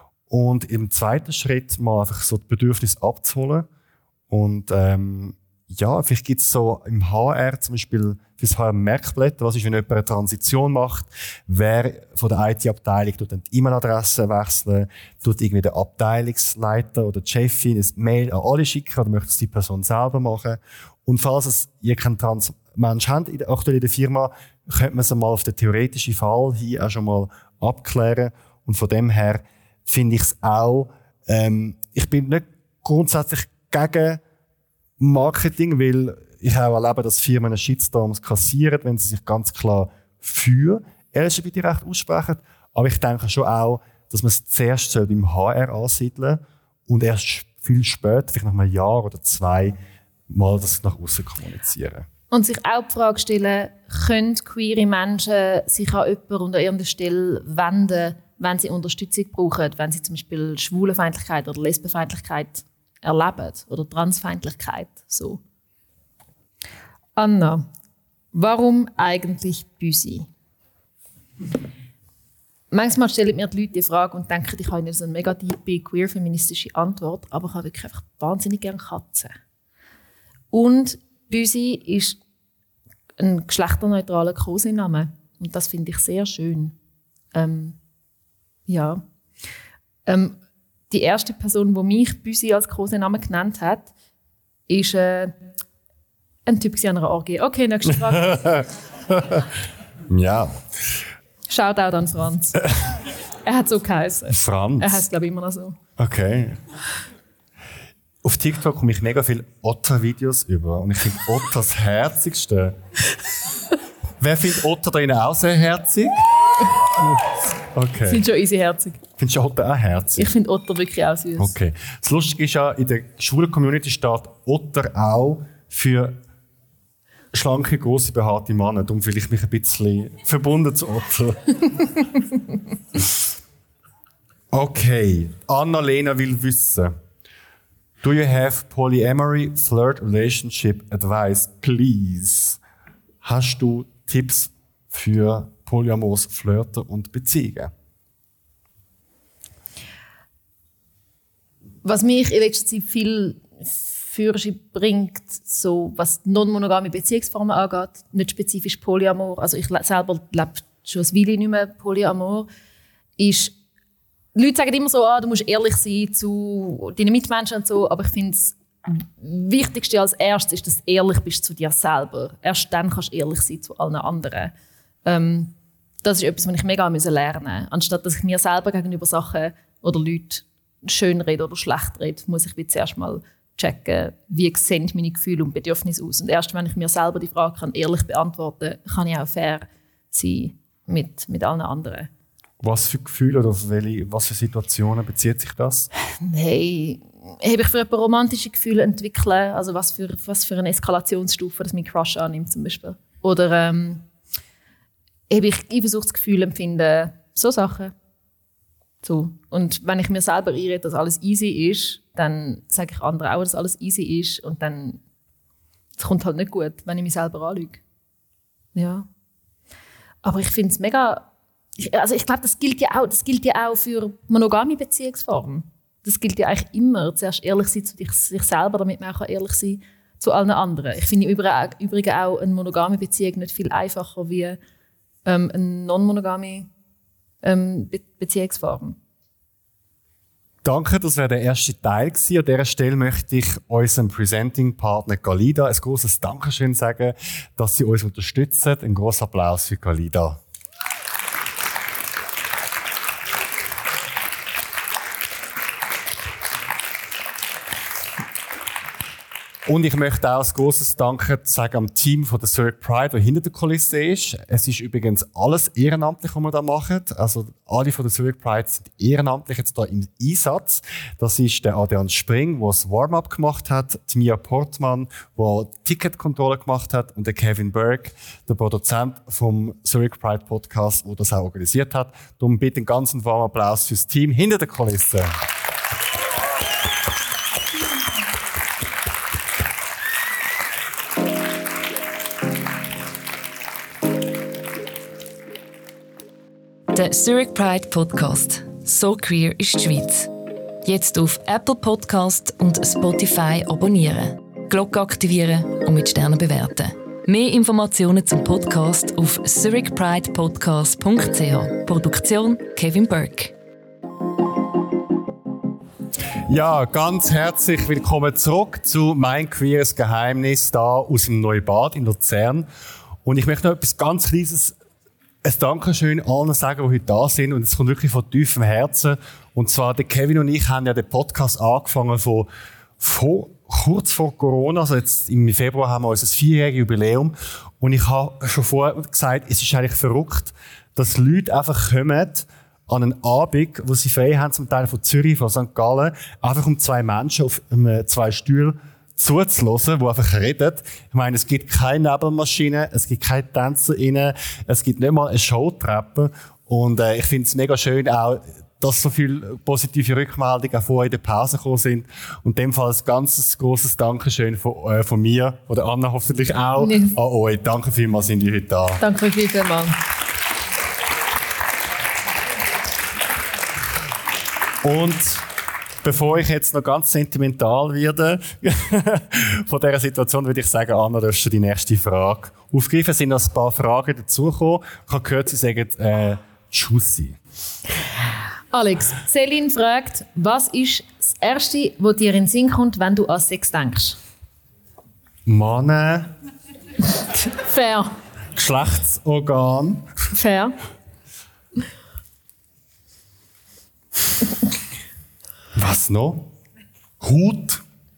Und im zweiten Schritt mal einfach so das Bedürfnis abzuholen und ja, vielleicht gibt es so im HR zum Beispiel fürs HR Merkblätter, was ist, wenn jemand eine Transition macht, wer von der IT-Abteilung tut dann die E-Mail-Adresse wechseln, tut irgendwie der Abteilungsleiter oder die Chefin ein Mail an alle schicken oder möchte es die Person selber machen. Und falls ihr keinen Trans-Mensch habt, aktuell in der Firma, könnte man es mal auf den theoretischen Fall hin auch schon mal abklären. Und von dem her finde ich es auch, ich bin nicht grundsätzlich gegen Marketing, weil ich auch erlebe, dass Firmen Shitstorms kassieren, wenn sie sich ganz klar für LGBT-Recht aussprechen. Aber ich denke schon auch, dass man es zuerst beim HR ansiedeln und erst viel später, vielleicht nach einem Jahr oder 2, mal das nach außen kommunizieren. Und sich auch die Frage stellen, können queere Menschen sich an jemanden unter irgendeiner Stelle wenden, wenn sie Unterstützung brauchen, wenn sie zum Beispiel Schwulenfeindlichkeit oder Lesbenfeindlichkeit erleben oder Transfeindlichkeit. So. Anna, warum eigentlich Büsi? Manchmal stellen mir die Leute die Frage und denken, ich habe nicht so eine mega tiefe, queer-feministische Antwort, aber ich habe wirklich einfach wahnsinnig gerne Katzen. Und Büsi ist ein geschlechterneutraler Kosename. Und das finde ich sehr schön. Die erste Person, die mich Büsi als Kosenamen genannt hat, ist ein Typ an einer Orgie. Okay, nächste Frage. Ja. Shoutout an Franz. Er hat so geheißen. Franz? Er heißt, glaube ich, immer noch so. Okay. Auf TikTok komme ich mega viele Otter-Videos über und ich finde Otter das Herzigste. Wer findet Otter da innen auch sehr herzig? Okay. Sind schon easy herzig. Findest du Otter auch herzig? Ich finde Otter wirklich auch süß. Okay. Das Lustige ist ja, in der schwulen Community steht Otter auch für schlanke, grosse, behaarte Männer. Darum fühle ich mich ein bisschen verbunden zu Otter. Okay. Anna-Lena will wissen. Do you have polyamory flirt relationship advice, please? Hast du Tipps für polyamores Flirten und Beziehungen? Was mich in letzter Zeit viel Führerschein bringt, so was non-monogame Beziehungsformen angeht, nicht spezifisch Polyamor, also ich selber lebe schon ein Weile nicht mehr Polyamor, ist, die Leute sagen immer so, du musst ehrlich sein zu deinen Mitmenschen und so, aber ich finde das Wichtigste als erstes ist, dass du ehrlich bist zu dir selber. Erst dann kannst du ehrlich sein zu allen anderen. Das ist etwas, was ich mega lernen musste. Anstatt dass ich mir selber gegenüber Sachen oder Leute schön rede oder schlecht rede, muss ich zuerst mal checken, wie sehen meine Gefühle und Bedürfnisse aus. Und erst wenn ich mir selber die Frage ehrlich beantworten kann, kann ich auch fair sein mit allen anderen. Was für Gefühle oder was für Situationen bezieht sich das? Hey, habe ich für jemanden romantische Gefühle entwickeln? Also was für eine Eskalationsstufe das mein Crush annimmt zum Beispiel? Oder habe ich Eifersuchtsgefühle empfinden? So Sachen. So. Und wenn ich mir selber einrede, dass alles easy ist, dann sage ich anderen auch, dass alles easy ist. Und dann das kommt halt nicht gut, wenn ich mich selber anlüge. Ja. Aber ich finde es mega... ich glaube, das gilt ja auch für monogame Beziehungsformen. Das gilt ja eigentlich immer, zuerst ehrlich sein zu sich selber, damit man auch ehrlich sein kann zu allen anderen. Ich finde im Übrigen auch eine monogame Beziehung nicht viel einfacher wie eine non-monogame Beziehungsform. Danke, das wäre der erste Teil gewesen. An dieser Stelle möchte ich unserem Presenting-Partner Galida ein grosses Dankeschön sagen, dass sie uns unterstützen. Ein grosser Applaus für Galida. Und ich möchte auch ein grosses Danke sagen am Team von der Zurich Pride, das hinter der Kulisse ist. Es ist übrigens alles ehrenamtlich, was wir da machen. Also alle von der Zurich Pride sind ehrenamtlich jetzt da im Einsatz. Das ist der Adrian Spring, der das Warm-up gemacht hat, die Mia Portmann, der die Ticketkontrolle gemacht hat und der Kevin Berg, der Produzent vom Zurich Pride Podcast, der das auch organisiert hat. Darum bitte einen ganz warmen Applaus fürs Team hinter der Kulisse. Der Zurich Pride Podcast. So queer ist die Schweiz. Jetzt auf Apple Podcast und Spotify abonnieren. Glocke aktivieren und mit Sternen bewerten. Mehr Informationen zum Podcast auf zurichpridepodcast.ch. Produktion Kevin Burke. Ja, ganz herzlich willkommen zurück zu «Mein queeres Geheimnis» hier aus dem Neubad in Luzern. Und ich möchte noch etwas ganz Kleines, ein Dankeschön allen sagen, die heute da sind. Und es kommt wirklich von tiefem Herzen. Und zwar, der Kevin und ich haben ja den Podcast angefangen von kurz vor Corona. Also jetzt im Februar haben wir unser 4-jähriges Jubiläum. Und ich habe schon vorher gesagt, es ist eigentlich verrückt, dass Leute einfach kommen an einen Abend, wo sie frei haben, zum Teil von Zürich, von St. Gallen, einfach um 2 Menschen auf 2 Stühlen zuzuhören, die einfach reden. Ich meine, es gibt keine Nebelmaschine, es gibt keine TänzerInnen, es gibt nicht mal eine Showtreppe. Und ich finde es mega schön auch, dass so viele positive Rückmeldungen auch vorher in der Pause gekommen sind. Und in dem Fall ein ganz grosses Dankeschön von mir, von der Anna hoffentlich auch, an euch. Danke vielmals, sind ihr heute da. Danke vielmals. Und bevor ich jetzt noch ganz sentimental werde von dieser Situation, würde ich sagen, Anna, darfst du die nächste Frage aufgreifen. Es sind noch ein paar Fragen dazugekommen. Ich habe gehört, Sie sagen Tschüssi. Alex, Céline fragt, was ist das Erste, was dir in den Sinn kommt, wenn du an Sex denkst? Mann. Fair. Geschlechtsorgan. Fair. Was noch? Haut.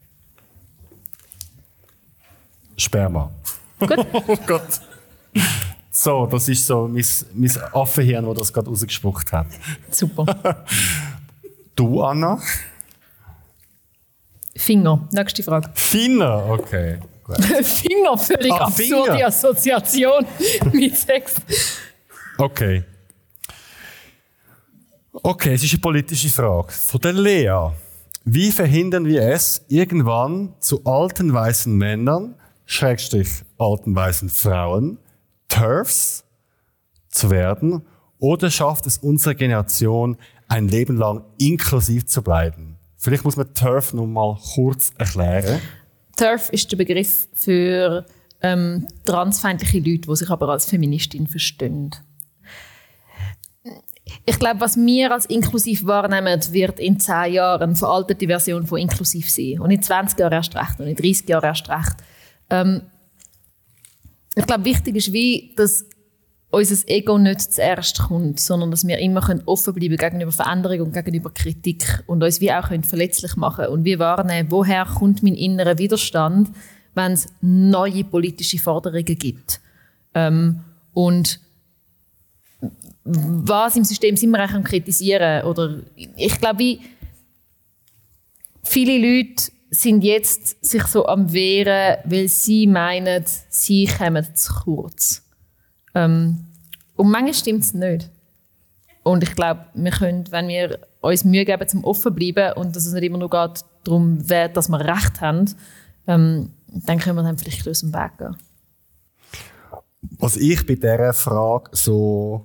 Sperma. Gut. Oh Gott. So, das ist so mein Affenhirn, das das gerade rausgespuckt hat. Super. Du, Anna? Finger. Nächste Frage. Finger, okay. Gut. Finger, völlig absurde Finger. Assoziation mit Sex. Okay. Okay, es ist eine politische Frage. Von der Lea. Wie verhindern wir es, irgendwann zu alten weißen Männern, Schrägstrich alten weißen Frauen, TERFs zu werden? Oder schafft es unsere Generation, ein Leben lang inklusiv zu bleiben? Vielleicht muss man TERF noch mal kurz erklären. TERF ist der Begriff für transfeindliche Leute, die sich aber als Feministin verstehen. Ich glaube, was wir als inklusiv wahrnehmen, wird in 10 Jahren eine veraltete Version von inklusiv sein. Und in 20 Jahren erst recht und in 30 Jahren erst recht. Ich glaube, wichtig ist, dass unser Ego nicht zuerst kommt, sondern dass wir immer offen bleiben gegenüber Veränderung und gegenüber Kritik und uns wie auch verletzlich machen und wie wahrnehmen, woher kommt mein innerer Widerstand, wenn es neue politische Forderungen gibt. Und was im System sind wir eigentlich am Kritisieren? Oder ich glaube, viele Leute sind jetzt sich so am Wehren, weil sie meinen, sie kommen zu kurz. Und manchmal stimmt es nicht. Und ich glaube, wir können, wenn wir uns Mühe geben, zum offen bleiben und dass es nicht immer nur geht darum, dass wir Recht haben, dann können wir dann vielleicht aus dem Weg gehen. Was ich bei dieser Frage so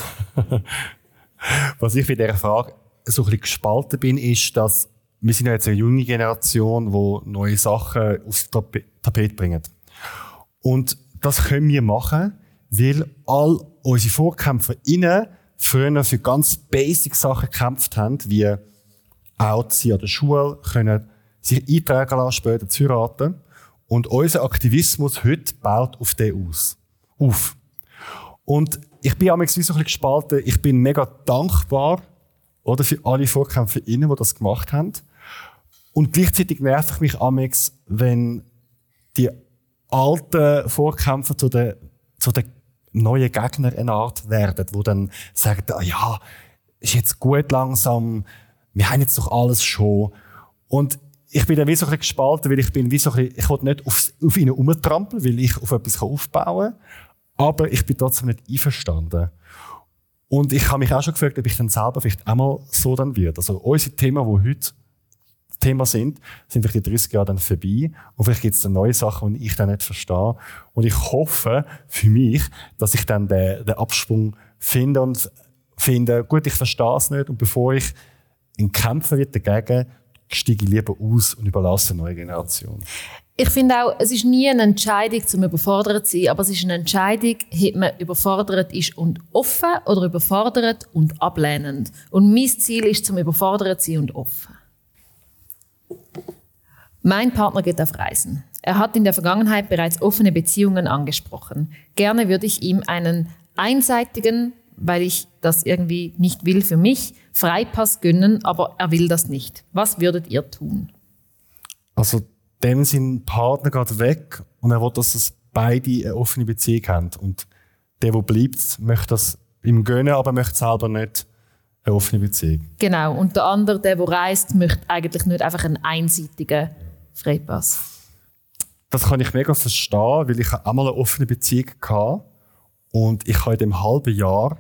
ein bisschen gespalten bin, ist, dass wir sind ja jetzt eine junge Generation, die neue Sachen aufs Tapet bringen. Und das können wir machen, weil all unsere VorkämpferInnen früher für ganz basic Sachen gekämpft haben, wie out sein an der Schule, können sich eintragen lassen, später zu heiraten. Und unser Aktivismus heute baut auf den auf. Und ich bin manchmal so ein bisschen gespalten. Ich bin mega dankbar, oder, für alle VorkämpferInnen, die das gemacht haben. Und gleichzeitig nervt ich mich manchmal, wenn die alten Vorkämpfer zu den neuen Gegnern eine Art werden, die dann sagen, ja, ist jetzt gut langsam, wir haben jetzt doch alles schon. Und ich bin dann wie so ein bisschen gespalten, weil ich will nicht auf ihnen rumtrampeln, weil ich auf etwas aufbauen kann. Aber ich bin trotzdem nicht einverstanden. Und ich habe mich auch schon gefragt, ob ich dann selber vielleicht einmal so dann werde. Also unsere Themen, die heute Thema sind vielleicht in 30 Jahren dann vorbei. Und vielleicht gibt es dann neue Sachen, die ich dann nicht verstehe. Und ich hoffe für mich, dass ich dann den Absprung finde und finde, gut, ich verstehe es nicht. Und bevor ich in Kämpfen wird dagegen, steige ich lieber aus und überlasse eine neue Generation. Ich finde auch, es ist nie eine Entscheidung, zum überfordert zu sein, aber es ist eine Entscheidung, ob man überfordert ist und offen oder überfordert und ablehnend. Und mein Ziel ist, zum überfordert zu sein und offen. Mein Partner geht auf Reisen. Er hat in der Vergangenheit bereits offene Beziehungen angesprochen. Gerne würde ich ihm einen einseitigen, weil ich das irgendwie nicht will für mich, Freipass gönnen, aber er will das nicht. Was würdet ihr tun? Also dem sein Partner geht weg und er will, dass es beide eine offene Beziehung haben. Und der bleibt, möchte das ihm gönnen, aber möchte selber nicht eine offene Beziehung. Genau, und der andere, der reist, möchte eigentlich nicht einfach einen einseitigen Freipass. Das kann ich mega verstehen, weil ich auch mal eine offene Beziehung hatte und ich habe in dem halben Jahr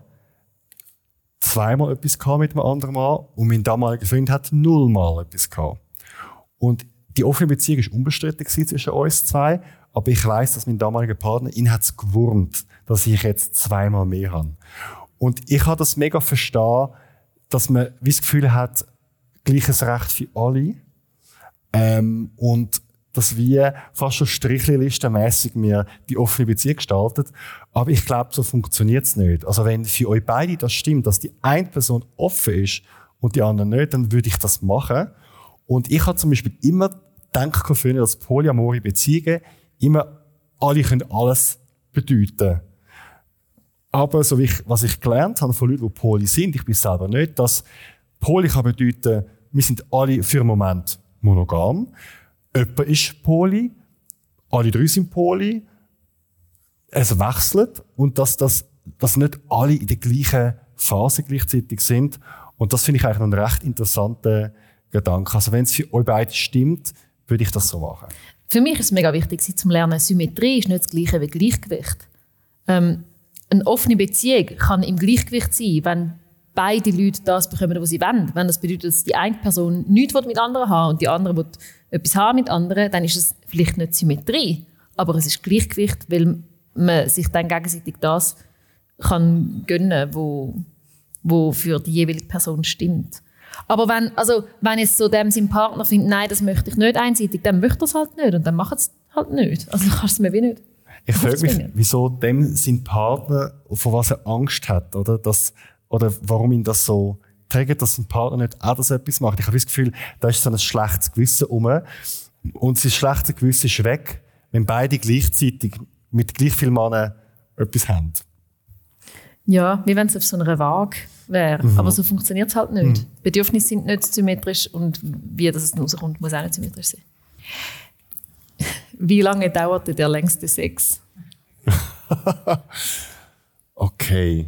zweimal etwas mit einem anderen Mann und mein damaliger Freund hat 0 Mal etwas gehabt. Und die offene Beziehung war unbestritten zwischen uns zwei, aber ich weiss, dass mein damaliger Partner, ihn hat es gewurmt, dass ich jetzt 2-mal mehr habe. Und ich habe das mega verstehen, dass man wie das Gefühl hat, gleiches Recht für alle. Und dass wir fast schon Strichlistenmässig mir die offene Beziehung gestaltet. Aber ich glaube, so funktioniert es nicht. Also wenn für euch beide das stimmt, dass die eine Person offen ist und die andere nicht, dann würde ich das machen. Und ich habe zum Beispiel immer gedacht, dass polyamore Beziehungen immer alle können alles bedeuten. Aber so wie was ich gelernt habe von Leuten, die poly sind, ich bin selber nicht, dass poly kann bedeuten, wir sind alle für einen Moment monogam. Jemand ist poly, alle 3 sind poly, es wechselt und dass nicht alle in der gleichen Phase gleichzeitig sind. Und das finde ich eigentlich noch einen recht interessanten Gedanke. Also wenn es für euch beide stimmt, würde ich das so machen. Für mich ist es mega wichtig, zu lernen, Symmetrie ist nicht das Gleiche wie Gleichgewicht. Eine offene Beziehung kann im Gleichgewicht sein, wenn beide Leute das bekommen, was sie wollen. Wenn das bedeutet, dass die eine Person nichts mit anderen haben und die andere will etwas haben mit anderen, dann ist es vielleicht nicht Symmetrie, aber es ist Gleichgewicht, weil man sich dann gegenseitig das kann gönnen, wo für die jeweilige Person stimmt. Aber wenn jetzt so dem sein Partner findet, nein, das möchte ich nicht einseitig, dann möchte er es halt nicht und dann macht es halt nicht. Also dann kannst du es mir wie nicht. Ich frage mich, wieso dem sein Partner, vor was er Angst hat, oder warum ihn das so trägt, dass sein Partner nicht auch das etwas macht. Ich habe das Gefühl, da ist so ein schlechtes Gewissen rum. Und sein schlechtes Gewissen ist weg, wenn beide gleichzeitig mit gleich vielen Männern etwas haben. Ja, wie wenn es auf so einer Waage wäre. Mhm. Aber so funktioniert es halt nicht. Mhm. Bedürfnisse sind nicht symmetrisch und wie das rauskommt, muss auch nicht symmetrisch sein. Wie lange dauerte der längste Sex? Okay.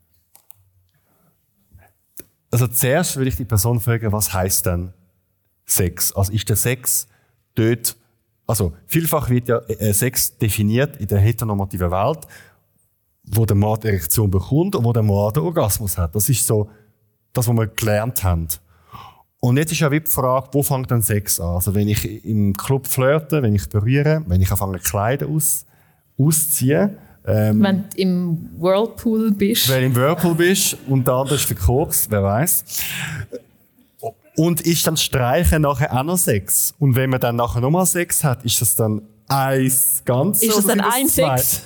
Also zuerst würde ich die Person fragen, was heisst denn Sex? Also ist der Sex dort, also vielfach wird ja Sex definiert in der heteronormativen Welt, wo der Mann die Erektion bekommt und wo der Mann den Orgasmus hat. Das ist so das, was wir gelernt haben. Und jetzt ist ja wie die Frage, wo fängt dann Sex an? Also wenn ich im Club flirte, wenn ich berühre, wenn ich anfange Kleider ausziehen. Wenn du im Whirlpool bist. Wenn du im Whirlpool bist und der andere ist verkorkst, wer weiß. Und ist dann Streichen nachher auch noch Sex? Und wenn man dann nachher nochmal Sex hat, ist das dann eins Ganzes? Ist das dann ein Sex?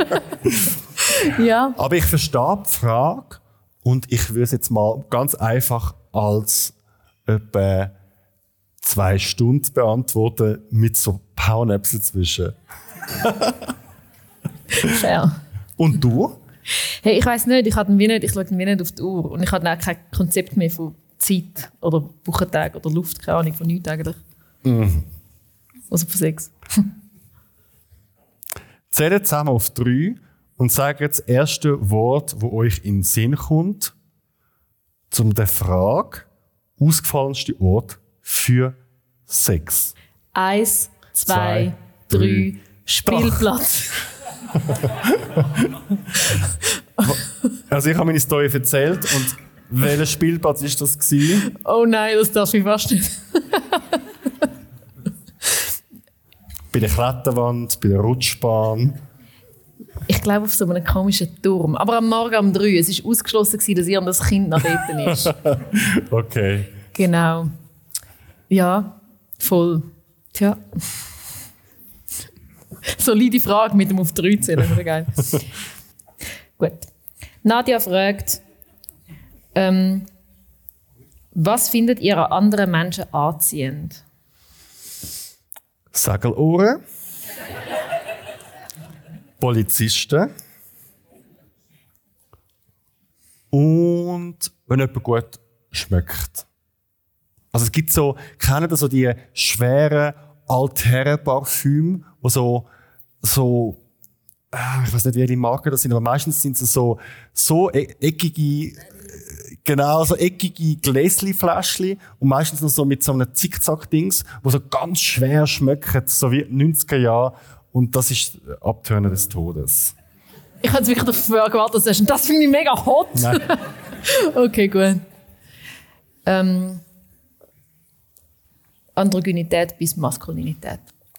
Ja. Aber ich verstehe die Frage und ich würde es jetzt mal ganz einfach als etwa 2 Stunden beantworten mit so Powernäpsel zwischen. Fair. Und du? Hey, ich weiss nicht, ich schaue nicht auf die Uhr und ich habe auch kein Konzept mehr von Zeit oder Wochentag oder Luft, keine Ahnung, von nichts eigentlich. Mhm. Also von Sex. Zählt zusammen auf 3 und sagt das erste Wort, das euch in den Sinn kommt, zum der Frage, ausgefallenste Ort für Sex. 1, 2, 3, Spielplatz. Also ich habe meine Story erzählt und welcher Spielplatz war das gewesen? Oh nein, das darf ich fast nicht. Bei der Kletterwand, bei der Rutschbahn. Ich glaube auf so einem komischen Turm. Aber am Morgen um 3. Es war ausgeschlossen, dass irgendein Kind noch dort ist. Okay. Genau. Ja, voll. Tja. Solide Frage mit dem auf 3 zählen. Oder geil. Gut. Nadia fragt, was findet ihr an anderen Menschen anziehend? Segelohren. Polizisten. Und wenn jemand gut schmeckt. Also es gibt so, kennt ihr so die schweren Altherren-Parfüme, die ich weiß nicht, wie die Marken das sind, aber meistens sind sie so eckige, so eckige Gläschli-Fläschchen und meistens noch so mit so einem Zickzack-Dings, die so ganz schwer schmecken, so wie 90er Jahre. Und das ist Abtönen des Todes. Ich hätte wirklich dafür gewartet, dass du sagst, das finde ich mega hot. Nein. Okay, gut. Androgynität bis Maskulinität.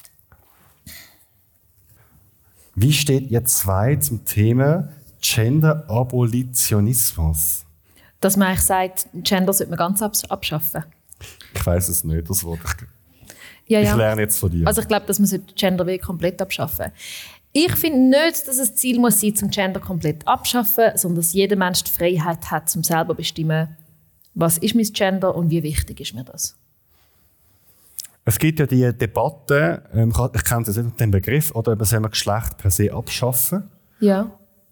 Wie steht ihr zwei zum Thema Gender-Abolitionismus? Dass man eigentlich sagt, Gender sollte man ganz abschaffen. Ich weiss es nicht, das Wort. Ja. Ich lerne jetzt von dir. Also ich glaube, dass man Gender komplett abschaffen sollte. Ich finde nicht, dass es das Ziel muss sein, zum Gender komplett abschaffen, sondern dass jeder Mensch die Freiheit hat, um selber zu bestimmen, was ist mein Gender und wie wichtig ist mir das. Es gibt ja die Debatte, ich kenne jetzt nicht den Begriff, oder soll man Geschlecht per se abschaffen? Ja.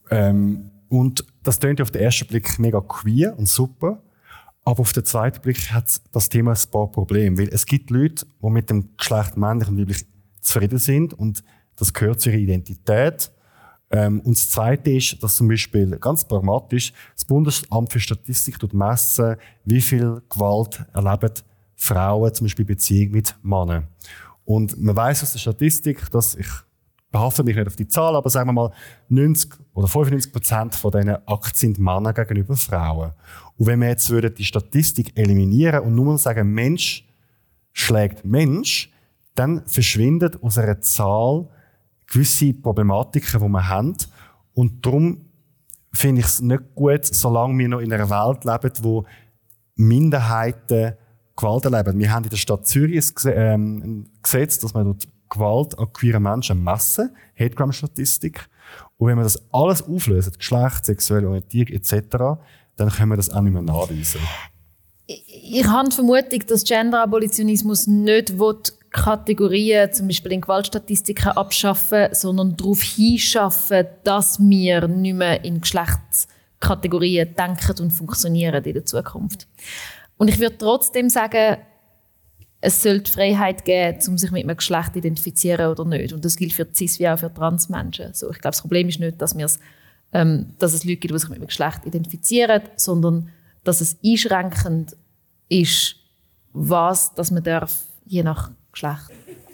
Und das klingt ja auf den ersten Blick mega queer und super, aber auf den zweiten Blick hat das Thema ein paar Probleme, weil es gibt Leute, die mit dem Geschlecht männlich und weiblich zufrieden sind und das gehört zu ihrer Identität. Und das Zweite ist, dass zum Beispiel, ganz pragmatisch, das Bundesamt für Statistik messen, wie viel Gewalt erleben Frauen, zum Beispiel Beziehung mit Männern. Und man weiss aus der Statistik, dass, ich behafte mich nicht auf die Zahl, aber sagen wir mal, 90 oder 95% von diesen Akten sind Männer gegenüber Frauen. Und wenn wir jetzt die Statistik eliminieren und nur sagen, Mensch schlägt Mensch, dann verschwindet aus einer Zahl gewisse Problematiken, die wir haben. Und darum finde ich es nicht gut, solange wir noch in einer Welt leben, wo Minderheiten Gewalt erleben. Wir haben in der Stadt Zürich ein Gesetz, dass man dort Gewalt an queeren Menschen messen, Hate Crime Statistik. Und wenn wir das alles auflösen, Geschlecht, sexuelle Orientierung etc., dann können wir das auch nicht mehr nachweisen. Ich habe die Vermutung, dass Gender-Abolitionismus nicht Kategorien, zum Beispiel in Gewaltstatistiken, abschaffen, sondern darauf hinschaffen, dass wir nicht mehr in Geschlechtskategorien denken und funktionieren in der Zukunft. Und ich würde trotzdem sagen, es sollte die Freiheit geben, um sich mit einem Geschlecht zu identifizieren oder nicht. Und das gilt für Cis- wie auch für Transmenschen. So, ich glaube, das Problem ist nicht, dass es Leute gibt, die sich mit einem Geschlecht identifizieren, sondern dass es einschränkend ist, dass man darf, je nach Geschlecht.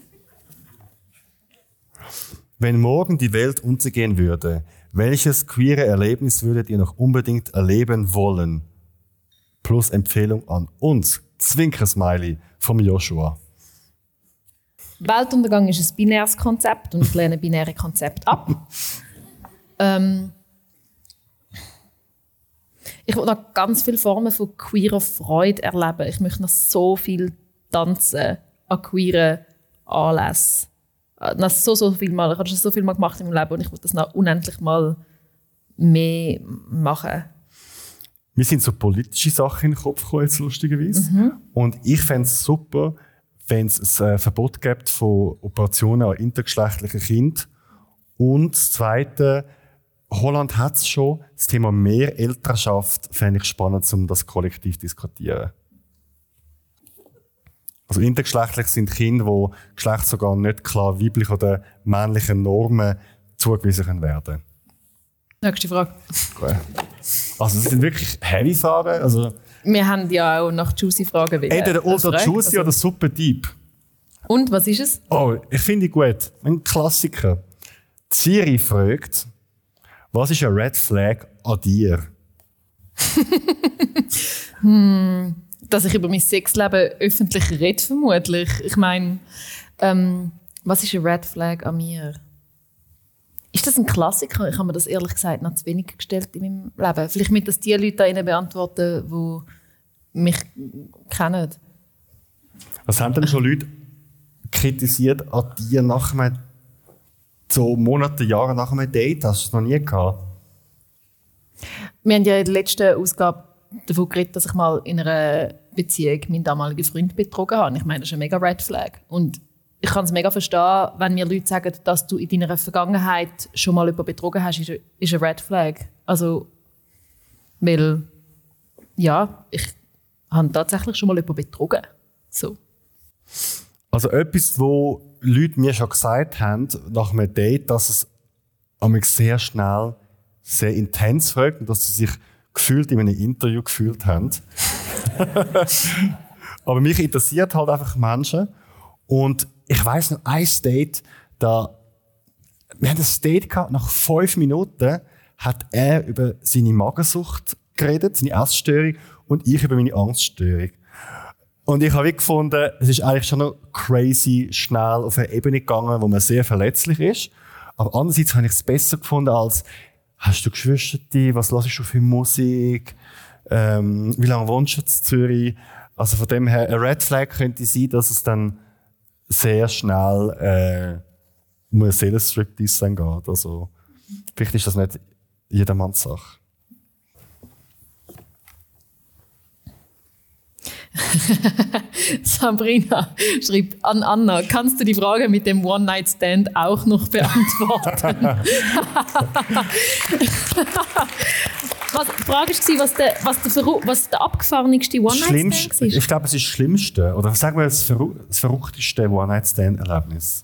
Wenn morgen die Welt untergehen würde, welches queere Erlebnis würdet ihr noch unbedingt erleben wollen? Plus Empfehlung an uns. Zwinker-Smiley vom Joshua. Weltuntergang ist ein binäres Konzept und ich lehne binäre Konzepte ab. Ich will noch ganz viele Formen von queerer Freude erleben. Ich möchte noch so viel tanzen an queeren Anlässen. So viel mal. Ich habe schon so viel mal gemacht in meinem Leben und ich will das noch unendlich mal mehr machen. Mir sind so politische Sachen in den Kopf gekommen, jetzt lustigerweise. Und ich fände es super, wenn es ein Verbot gibt von Operationen an intergeschlechtlichen Kindern. Und das Zweite, Holland hat es schon, das Thema Mehrelternschaft fände ich spannend, um das kollektiv zu diskutieren. Also intergeschlechtlich sind Kinder, wo Geschlecht sogar nicht klar weiblich oder männlichen Normen zugewiesen werden. Nächste Frage. Gut. Also das sind wirklich heavy Fragen. Also, wir haben ja auch nach Juicy-Fragen. Entweder ultra juicy oder super deep. Und, was ist es? Oh, ich finde es gut. Ein Klassiker. Siri fragt, was ist ein Red Flag an dir? Dass ich über mein Sexleben öffentlich rede, vermutlich. Ich meine, was ist ein Red Flag an mir? Ist das ein Klassiker? Ich habe mir das ehrlich gesagt noch zu wenig gestellt in meinem Leben. Vielleicht mit das die Leute da Ihnen beantworten, die mich kennen. Was haben denn schon Leute kritisiert an dir nach einem so Monate, Jahre nach einem Date? Hast du es noch nie gehabt? Wir haben ja in der letzten Ausgabe davon geredet, dass ich mal in einer Beziehung meinen damaligen Freund betrogen habe. Ich meine, das ist ein mega Red Flag. Und ich kann es mega verstehen, wenn mir Leute sagen, dass du in deiner Vergangenheit schon mal jemanden betrogen hast, ist ein Red Flag. Also, weil, ja, ich habe tatsächlich schon mal jemanden betrogen. So. Also etwas, wo Leute mir schon gesagt haben, nach einem Date, dass es manchmal sehr schnell, sehr intens folgt und dass sie sich gefühlt in einem Interview gefühlt haben. Aber mich interessiert halt einfach Menschen. Und ich weiss noch, ein Date, wir haben ein Date gehabt, nach 5 Minuten hat er über seine Magensucht geredet, seine Essstörung, und ich über meine Angststörung. Und ich habe gefunden, es ist eigentlich schon noch crazy schnell auf eine Ebene gegangen, wo man sehr verletzlich ist. Aber andererseits habe ich es besser gefunden als, hast du Geschwister? Was hörst du für Musik? Wie lange wohnst du in Zürich? Also von dem her, ein Red Flag könnte sein, dass es dann sehr schnell um eine Seelenstriptease geht. Also, vielleicht ist das nicht jedermanns Sache. Sabrina schreibt an Anna, kannst du die Frage mit dem One-Night-Stand auch noch beantworten? Die Frage war, was der abgefahrenste One-Night-Stand war? Ich glaube, es ist das Schlimmste, oder sagen wir das verrückteste One-Night-Stand-Erlebnis.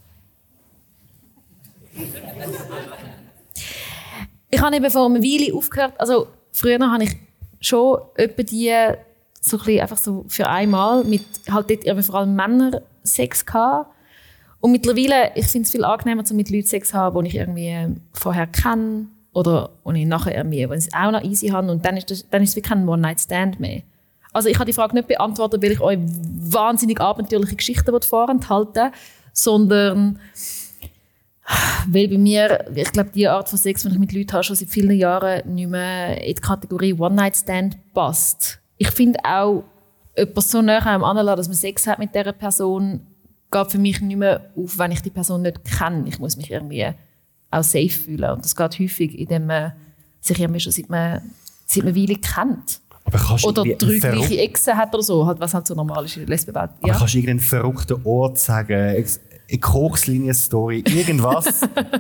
Ich habe eben vor einer Weile aufgehört, also früher habe ich schon etwa die so ein bisschen einfach so für einmal mit halt dort vor allem Männer Sex gehabt. Und mittlerweile, ich finde es viel angenehmer, so mit Leuten Sex zu haben, die ich irgendwie vorher kenne oder die ich nachher irgendwie, wenn ich es auch noch easy habe, und dann ist es wirklich kein One-Night-Stand mehr. Also ich habe die Frage nicht beantwortet, weil ich euch wahnsinnig abenteuerliche Geschichten vorenthalten will, sondern weil bei mir, ich glaube, die Art von Sex, die ich mit Leuten habe, schon seit vielen Jahren nicht mehr in die Kategorie One-Night-Stand passt. Ich finde auch, etwas so näher am anderen, dass man Sex hat mit dieser Person, geht für mich nicht mehr auf, wenn ich die Person nicht kenne. Ich muss mich irgendwie auch safe fühlen. Und das geht häufig, indem man sich irgendwie schon seit man eine Weile kennt. Oder 3 gleiche Exen hat oder so, was halt so normal ist in der Lesbenwelt. Ja. Aber kannst du irgendeinen verrückten Ort sagen, eine Kochslinie-Story, irgendwas?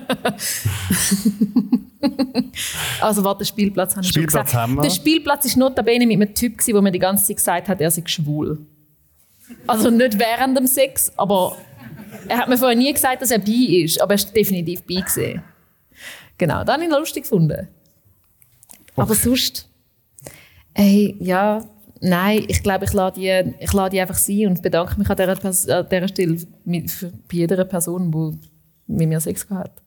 Also warte, den Spielplatz habe ich schon gesagt. Haben wir. Der Spielplatz war notabene mit einem Typ, der mir die ganze Zeit gesagt hat, er sei schwul. Also nicht während dem Sex, aber er hat mir vorher nie gesagt, dass er bi ist, aber er ist definitiv bi gewesen. Genau, das habe ich noch lustig gefunden. Okay. Aber sonst, nein, ich glaube, ich lasse die einfach sein und bedanke mich an dieser Stelle bei jeder Person, die mit mir Sex gehabt hat.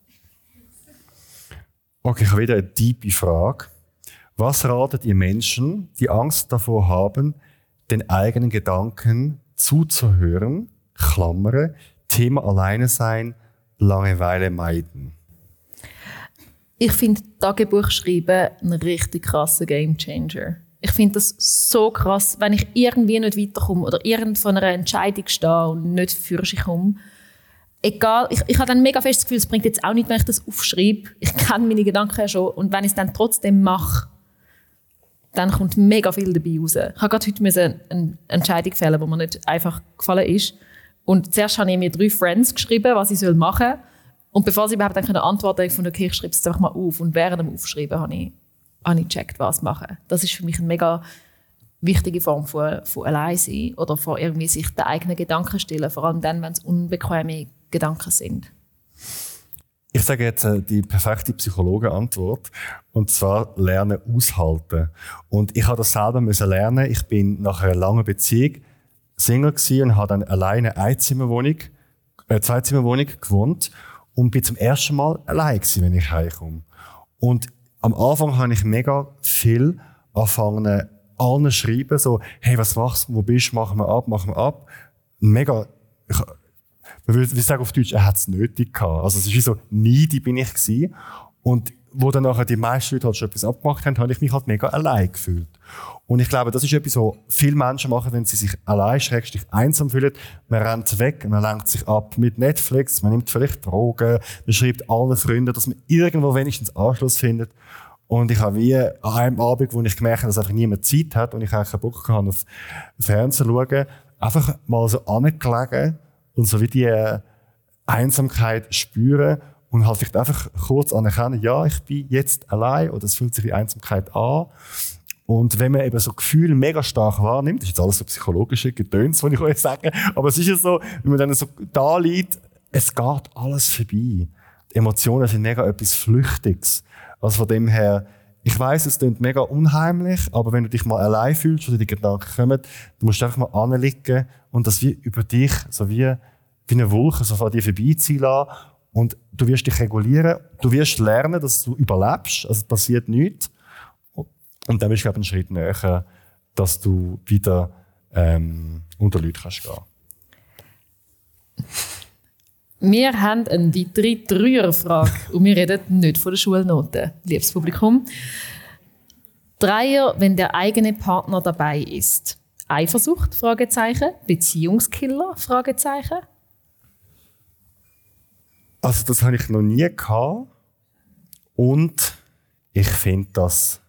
Okay, ich habe wieder eine tiefe Frage. Was ratet ihr Menschen, die Angst davor haben, den eigenen Gedanken zuzuhören? Klammern, Thema alleine sein, Langeweile meiden. Ich finde Tagebuch schreiben ein richtig krasser Gamechanger. Ich finde das so krass, wenn ich irgendwie nicht weiterkomme oder irgend von einer Entscheidung stehe und nicht für sich komme. Egal, ich habe dann mega fest das Gefühl, es bringt jetzt auch nicht, wenn ich das aufschreibe. Ich kenne meine Gedanken ja schon. Und wenn ich es dann trotzdem mache, dann kommt mega viel dabei raus. Ich habe gerade heute eine Entscheidung fällen, die mir nicht einfach gefallen ist. Und zuerst habe ich mir 3 Friends geschrieben, was ich machen soll. Und bevor sie überhaupt dann antworten konnten, habe ich gefunden, okay, ich schreibe es einfach mal auf. Und während dem Aufschreiben habe ich gecheckt, was machen. Das ist für mich eine mega wichtige Form von Alleinsein oder von irgendwie sich den eigenen Gedanken stellen, vor allem dann, wenn es unbequeme Gedanken sind. Ich sage jetzt die perfekte Psychologenantwort, und zwar lernen aushalten. Und ich habe das selber lernen. Ich bin nach einer langen Beziehung Single gewesen und habe dann alleine eine Zweizimmerwohnung gewohnt und bin zum ersten Mal allein gewesen, wenn ich heimkomme. Und am Anfang habe ich mega viel angefangen, allen schreiben, so, hey, was machst du, wo bist du, machen wir ab. Mega, man würde sagen auf Deutsch, er hat es nötig gehabt. Also es ist wie so, needy bin ich gewesen. Und wo dann nachher die meisten Leute halt schon etwas abgemacht haben, habe ich mich halt mega allein gefühlt. Und ich glaube, das ist etwas, was viele Menschen machen, wenn sie sich allein, schrägstrich einsam fühlen. Man rennt weg, man lenkt sich ab mit Netflix, man nimmt vielleicht Drogen, man schreibt allen Freunden, dass man irgendwo wenigstens Anschluss findet. Und ich habe wie an einem Abend, wo ich gemerkt habe, dass einfach niemand Zeit hat und ich eigentlich keinen Bock hatte, auf Fernsehen zu schauen, einfach mal so angelegen und so wie die Einsamkeit spüren und halt vielleicht einfach kurz anerkennen, ja, ich bin jetzt allein oder es fühlt sich wie Einsamkeit an. Und wenn man eben so Gefühle mega stark wahrnimmt, das ist jetzt alles so psychologische Gedöns, was ich euch sage, aber es ist ja so, wenn man dann so da liegt, es geht alles vorbei. Die Emotionen sind mega etwas Flüchtiges. Also von dem her, ich weiss, es klingt mega unheimlich, aber wenn du dich mal allein fühlst oder die Gedanken kommen, du musst einfach mal anliegen und das wie über dich, so wie eine Wolke, so von dir vorbeiziehen lassen. Und du wirst dich regulieren, du wirst lernen, dass du überlebst, also es passiert nichts. Und dann bist du, glaube ich, einen Schritt näher, dass du wieder unter Leute kannst gehen. Wir haben eine weitere Dreierfrage und wir reden nicht von der Schulnote, liebes Publikum. Dreier, wenn der eigene Partner dabei ist. Eifersucht? Fragezeichen. Beziehungskiller? Fragezeichen. Also das habe ich noch nie gehabt. Und ich finde das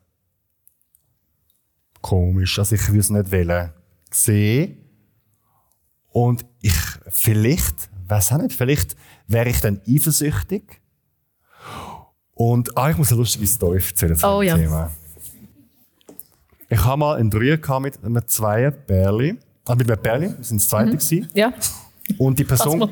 komisch. Also ich will es nicht sehen. Und vielleicht wäre ich dann eifersüchtig. Und ich muss eine lustige Story erzählen zu dem Thema. Ich habe mal einen Dreier mit einem Zweierpärli. Mit einem Pärli, wir sind das Zweite gewesen. Ja. Und die Person...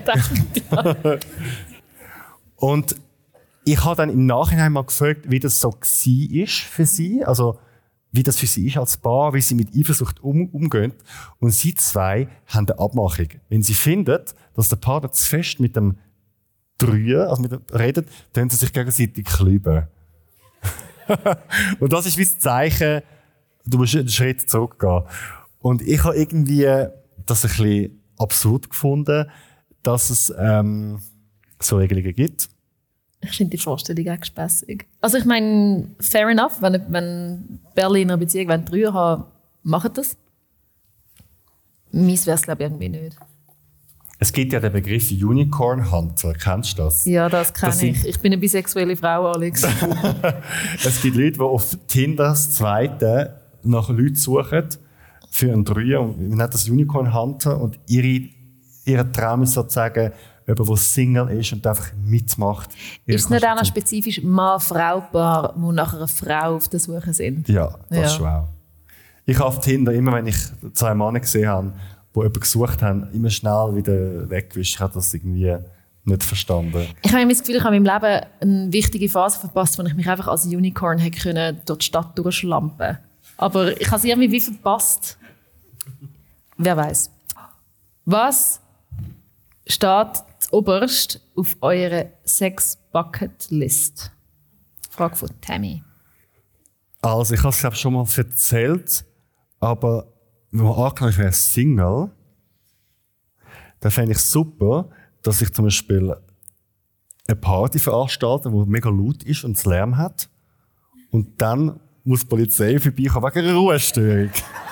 Und ich habe dann im Nachhinein mal gefragt, wie das so war für sie. Also, wie das für sie ist als Paar, wie sie mit Eifersucht umgehen. Und sie zwei haben eine Abmachung. Wenn sie finden, dass der Partner zu fest mit dem Dreier, also mit dem redet, dann sie sich gegenseitig klüben. Und das ist wie das Zeichen, du musst einen Schritt zurückgehen. Und ich habe irgendwie das ein bisschen absurd gefunden, dass es so Regelungen gibt. Ich finde die Vorstellung auch gespässig. Also ich meine, fair enough, wenn Berliner Beziehung Dreier haben, machen das. Meins wäre es, glaube ich, irgendwie nicht. Es gibt ja den Begriff Unicorn Hunter. Kennst du das? Ja, das kenne ich. Ich bin eine bisexuelle Frau, Alex. Es gibt Leute, die auf Tinder das Zweite nach Leuten suchen für einen Dreier. Man nennt das Unicorn Hunter. Und ihr Traum ist sozusagen, jemand, der Single ist und einfach mitmacht. Ist es nicht auch noch spezifisch Mann-Frau-Paar, die nach einer Frau auf der Suche sind? Ja, das schon auch. Ich habe auf Tinder, immer wenn ich 2 Männer gesehen habe, die jemanden gesucht haben, immer schnell wieder weggewischt. Ich habe das irgendwie nicht verstanden. Ich habe das Gefühl, ich habe in meinem Leben eine wichtige Phase verpasst, wo ich mich einfach als Unicorn hätte können durch die Stadt durchschlampen. Aber ich habe sie irgendwie verpasst. Wer weiß. Was steht zuoberst auf eurer Sex-Bucket-List? Frage von Tammy. Also, ich habe es glaube schon mal erzählt, aber wenn man angenommen, ich wäre Single, dann fände ich super, dass ich zum Beispiel eine Party veranstalte, die mega laut ist und es Lärm hat. Und dann muss die Polizei vorbeikommen wegen einer Ruhestörung.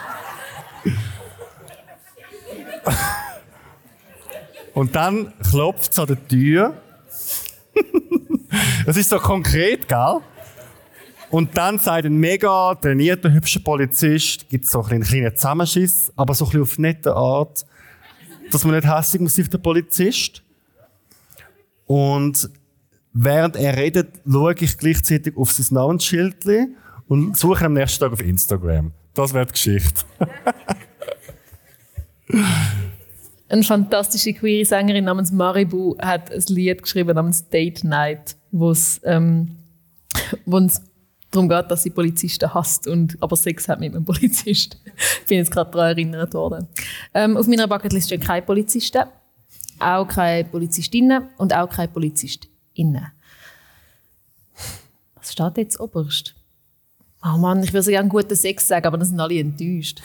Und dann klopft es an der Tür. Das ist so konkret, gell? Und dann sagt ein mega trainierter, hübscher Polizist, gibt es so einen kleinen Zusammenschiss, aber so ein bisschen auf nette Art, dass man nicht hässlich muss auf den Polizist. Und während er redet, schaue ich gleichzeitig auf sein Namensschild und suche am nächsten Tag auf Instagram. Das wäre die Geschichte. Eine fantastische queere Sängerin namens Maribu hat ein Lied geschrieben namens Date Night, wo es darum geht, dass sie Polizisten hasst und aber Sex hat mit einem Polizist. Ich bin jetzt gerade daran erinnert worden. Auf meiner Bucketlist stehen keine Polizisten, auch keine Polizistinnen und auch keine PolizistInnen. Was steht jetzt oberst? Oh Mann, ich würde so gerne guten Sex sagen, aber dann sind alle enttäuscht.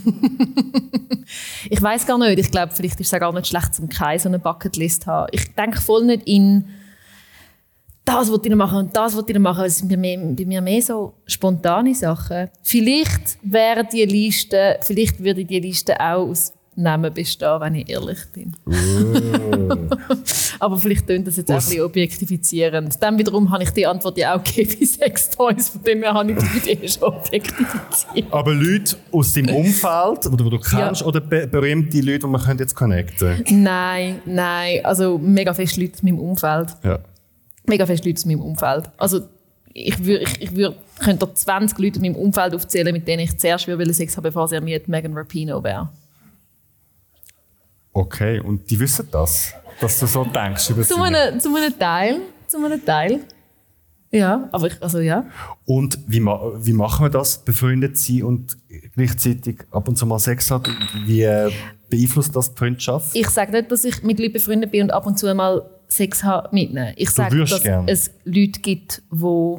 Ich weiss gar nicht. Ich glaube, vielleicht ist es auch gar nicht schlecht, um keine so eine Bucketlist zu haben. Ich denke voll nicht in das wollte ich noch machen und das wollte ich noch machen. Es sind bei mir mehr so spontane Sachen. Vielleicht würde die Liste auch aus Namen bestehen, wenn ich ehrlich bin. Aber vielleicht tönt das jetzt auch ein bisschen objektifizierend. Dann wiederum habe ich die Antwort ja auch gegeben bei Sextoys, von dem her habe ich die Idee schon objektifiziert. Aber Leute aus deinem Umfeld, oder die du kennst, oder berühmte Leute, die man jetzt connecten können? Nein. Also mega fest Leute aus meinem Umfeld. Ja. Mega fest Leute aus meinem Umfeld. Also ich könnte 20 Leute in meinem Umfeld aufzählen, mit denen ich zuerst Sex haben, bevor sie mir Megan Rapinoe wäre. Okay, und die wissen das, dass du so denkst über sie? Zu einem Teil. Ja, aber ja. Und wie machen wir das, befreundet sein und gleichzeitig ab und zu mal Sex hat? Wie beeinflusst das die Freundschaft? Ich sage nicht, dass ich mit Leuten befreundet bin und ab und zu mal Sex habe mitnehmen. Ich sage, dass es Leute gibt, die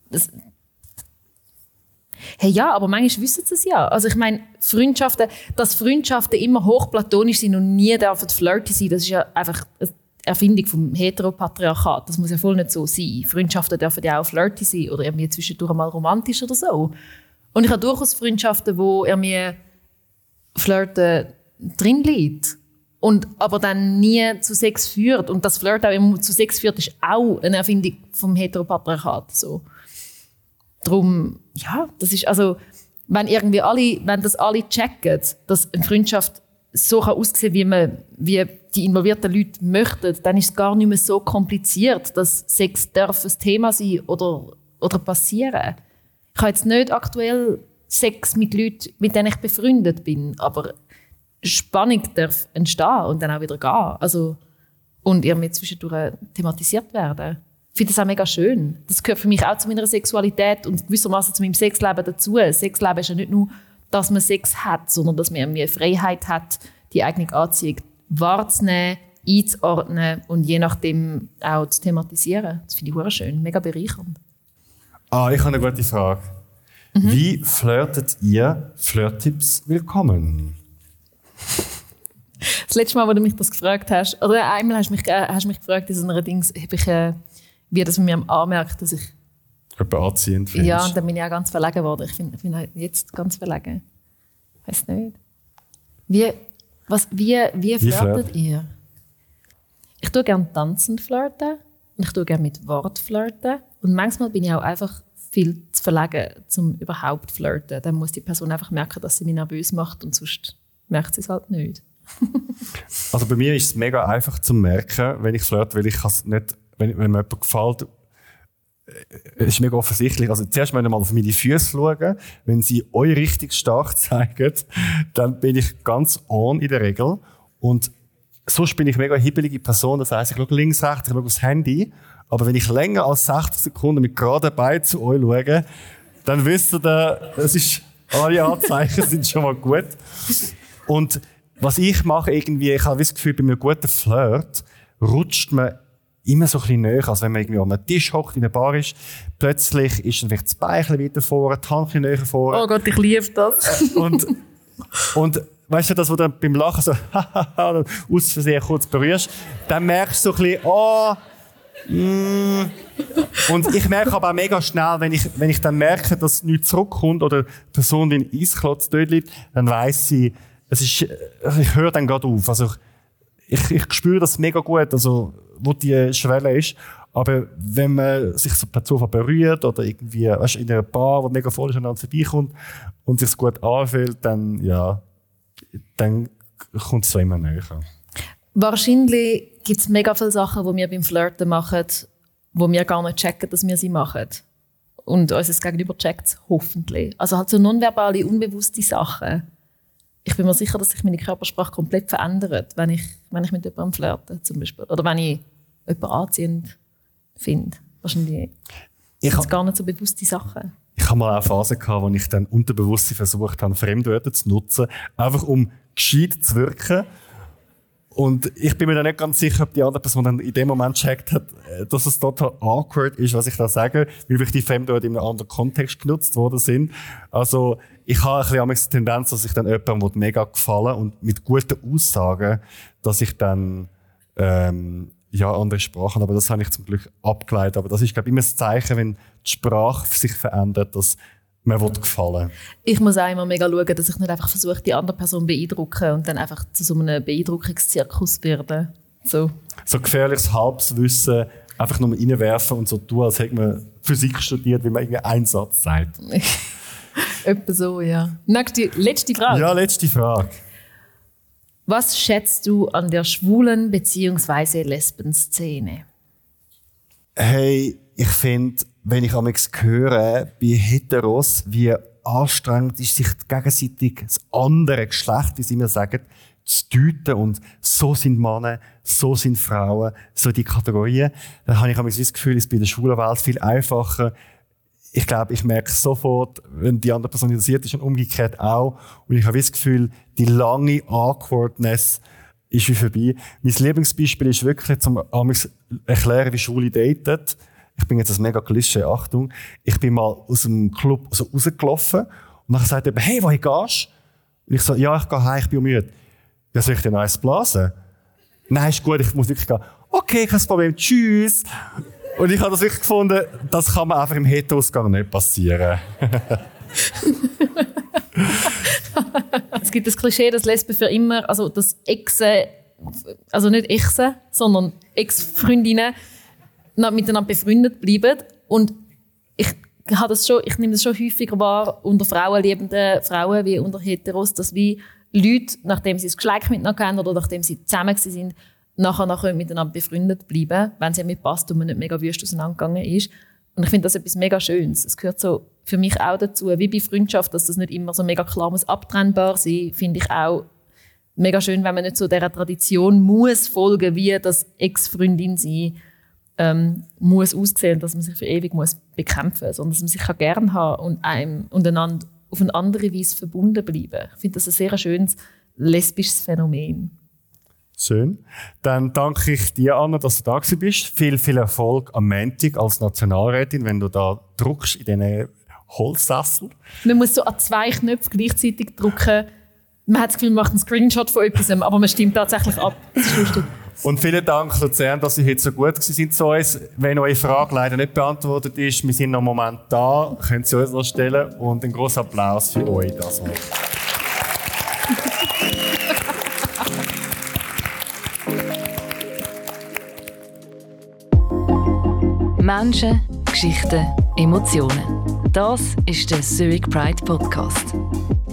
hey, ja, aber manchmal wissen sie es ja. Also ich meine, dass Freundschaften immer hochplatonisch sind und nie dürfen flirty sein, das ist ja einfach eine Erfindung vom Heteropatriarchat. Das muss ja voll nicht so sein. Freundschaften dürfen ja auch flirty sein oder irgendwie zwischendurch mal romantisch oder so. Und ich habe durchaus Freundschaften, wo mir Flirten drin liegt. Aber dann nie zu Sex führt. Und das Flirt auch immer zu Sex führt, ist auch eine Erfindung vom Heteropatriarchat. So. Darum, ja, das ist also, wenn das alle checken, dass eine Freundschaft so aussehen kann, wie die involvierten Leute möchten, dann ist es gar nicht mehr so kompliziert, dass Sex darf ein Thema sein oder passieren. Ich habe jetzt nicht aktuell Sex mit Leuten, mit denen ich befreundet bin, aber Spannung darf entstehen und dann auch wieder gehen. Also, und irgendwie zwischendurch thematisiert werden. Ich finde das auch mega schön. Das gehört für mich auch zu meiner Sexualität und gewissermaßen zu meinem Sexleben dazu. Sexleben ist ja nicht nur, dass man Sex hat, sondern dass man eine Freiheit hat, die eigene Anziehung wahrzunehmen, einzuordnen und je nachdem auch zu thematisieren. Das finde ich sehr schön, mega bereichernd. Ich habe eine gute Frage. Wie flirtet ihr? Flirttipps willkommen. Das letzte Mal, wo du mich das gefragt hast, oder einmal hast du mich gefragt, in so einer Dings, wie das mir anmerkt, dass ich jemanden anziehend findest. Ja, und dann bin ich auch ganz verlegen geworden. Ich bin halt jetzt ganz verlegen. Weiss nicht. Wie flirtet ihr? Ich tue gerne tanzend flirten und ich tue gerne mit Wort flirten. Und manchmal bin ich auch einfach viel zu verlegen, um überhaupt zu flirten. Dann muss die Person einfach merken, dass sie mich nervös macht und sonst merkt sie es halt nicht. Also bei mir ist es mega einfach zu merken, wenn ich flirte, weil ich kann es nicht, wenn mir jemand gefällt, es ist mega offensichtlich. Also zuerst mal auf meine Füße schauen. Wenn sie euch richtig stark zeigen, dann bin ich ganz on in der Regel. Und sonst bin ich mega hibbelige Person. Das heisst, ich schaue links, rechts, ich schaue aufs Handy. Aber wenn ich länger als 60 Sekunden mit geraden Beinen zu euch schaue, dann wisst ihr, alle Anzeichen sind schon mal gut. Und was ich mache, irgendwie, ich habe das Gefühl, bei einem guten Flirt rutscht man immer so ein bisschen näher, als wenn man irgendwie an einem Tisch hockt, in einer Bar ist. Plötzlich ist dann vielleicht das Bein weiter vor, die Hand ein bisschen näher vor. Oh Gott, ich liebe das. Und weißt du, das, was du dann beim Lachen so aus Versehen kurz berührst, dann merkst du so ein bisschen, Und ich merke aber auch mega schnell, wenn ich dann merke, dass nichts zurückkommt oder die Person wie ein Eisklotz dort liegt, dann weiss sie, ich höre dann gerade auf. Also ich spüre das mega gut, also wo die Schwelle ist. Aber wenn man sich so per Zufall berührt oder irgendwie, weißt, in einer Bar, wo mega voll ist und dann vorbeikommt und sich gut anfühlt, dann kommt es so immer näher. Wahrscheinlich gibt es mega viele Sachen, die wir beim Flirten machen, wo wir gar nicht checken, dass wir sie machen. Und unser Gegenüber checkt es hoffentlich. Also halt so nonverbale, unbewusste Sachen. Ich bin mir sicher, dass sich meine Körpersprache komplett verändert, wenn ich mit jemandem flirte, zum Beispiel. Oder wenn ich jemanden anziehend finde. Wahrscheinlich sind es gar nicht so bewusste Sachen. Ich hatte mal eine Phase, wo ich dann unterbewusst versucht habe, Fremdwörter zu nutzen, einfach um gescheit zu wirken. Und ich bin mir dann nicht ganz sicher, ob die andere Person dann in dem Moment gecheckt hat, dass es total awkward ist, was ich da sage, weil die Fremdwörter in einem anderen Kontext genutzt worden sind. Also ich habe ein bisschen die Tendenz, dass ich dann jemandem mega gefallen und mit guten Aussagen, dass ich dann andere Sprachen. Aber das habe ich zum Glück abgeleitet. Aber das ist, glaube ich, immer das Zeichen, wenn die Sprache sich verändert, dass man gefallen will. Ich muss auch immer mega schauen, dass ich nicht einfach versuche, die andere Person zu beeindrucken und dann einfach zu so einem Beeindruckungszirkus werde. So gefährliches Halbwissen einfach nur reinwerfen und so tun, als hätte man Physik studiert, wie man irgendwie einen Satz sagt. Etwa so, ja. Letzte Frage. Ja, letzte Frage. Was schätzt du an der schwulen bzw. Lesben-Szene? Hey, ich finde, wenn ich einmal höre, bei Heteros, wie anstrengend ist, sich gegenseitig das andere Geschlecht, wie sie mir sagen, zu deuten und so sind Männer, so sind Frauen, so die Kategorien, dann habe ich manchmal das Gefühl, es ist bei der schwulen Welt viel einfacher. Ich glaube, ich merke sofort, wenn die andere Person interessiert ist und umgekehrt auch. Und ich habe das Gefühl, die lange Awkwardness ist wie vorbei. Mein Lieblingsbeispiel ist wirklich, zum erklären, wie Schwule daten. Ich bin jetzt ein mega Klischee, Achtung. Ich bin mal aus dem Club so rausgelaufen und dann sagt er, hey, wohin gehst du? Und ich so, ja, ich gehe heim, ich bin müde. Ja, soll ich dir noch eins blasen? Nein, ist gut, ich muss wirklich gehen. Okay, kein Problem, tschüss. Und ich habe das wirklich gefunden, das kann man einfach im Hetero-Ausgang nicht passieren. Es gibt das Klischee, dass Lesben für immer, also dass Exen, also nicht Exen, sondern Ex-Freundinnen miteinander befreundet bleiben. Und ich nehme das schon häufiger wahr unter frauenliebenden Frauen wie unter Heteros, dass wie Leute, nachdem sie das Geschlecht miteinander kennen oder nachdem sie zusammen sind, nachher miteinander befreundet bleiben, wenn es ja mit passt und man nicht mega wüst auseinandergegangen ist. Und ich finde das etwas mega Schönes. Es gehört so für mich auch dazu, wie bei Freundschaft, dass das nicht immer so mega klar muss abtrennbar sein, finde ich auch mega schön, wenn man nicht so dieser Tradition muss folgen, wie das Ex-Freundin sein muss aussehen, dass man sich für ewig muss bekämpfen muss, sondern dass man sich gerne haben und einander auf eine andere Weise verbunden bleiben. Ich finde das ein sehr schönes lesbisches Phänomen. Schön. Dann danke ich dir, Anna, dass du da bist. Viel Erfolg am Montag als Nationalrätin, wenn du da druckst in diesen Holzsessel. Man muss so an 2 Knöpfe gleichzeitig drücken. Man hat das Gefühl, man macht einen Screenshot von etwas, aber man stimmt tatsächlich ab. Das ist lustig. Und vielen Dank, Luzern, dass Sie heute so gut waren zu uns. Wenn eure Frage leider nicht beantwortet ist, wir sind noch einen Moment da, können Sie uns noch stellen. Und einen grossen Applaus für euch. Das mal. Menschen, Geschichten, Emotionen. Das ist der Zurich Pride Podcast.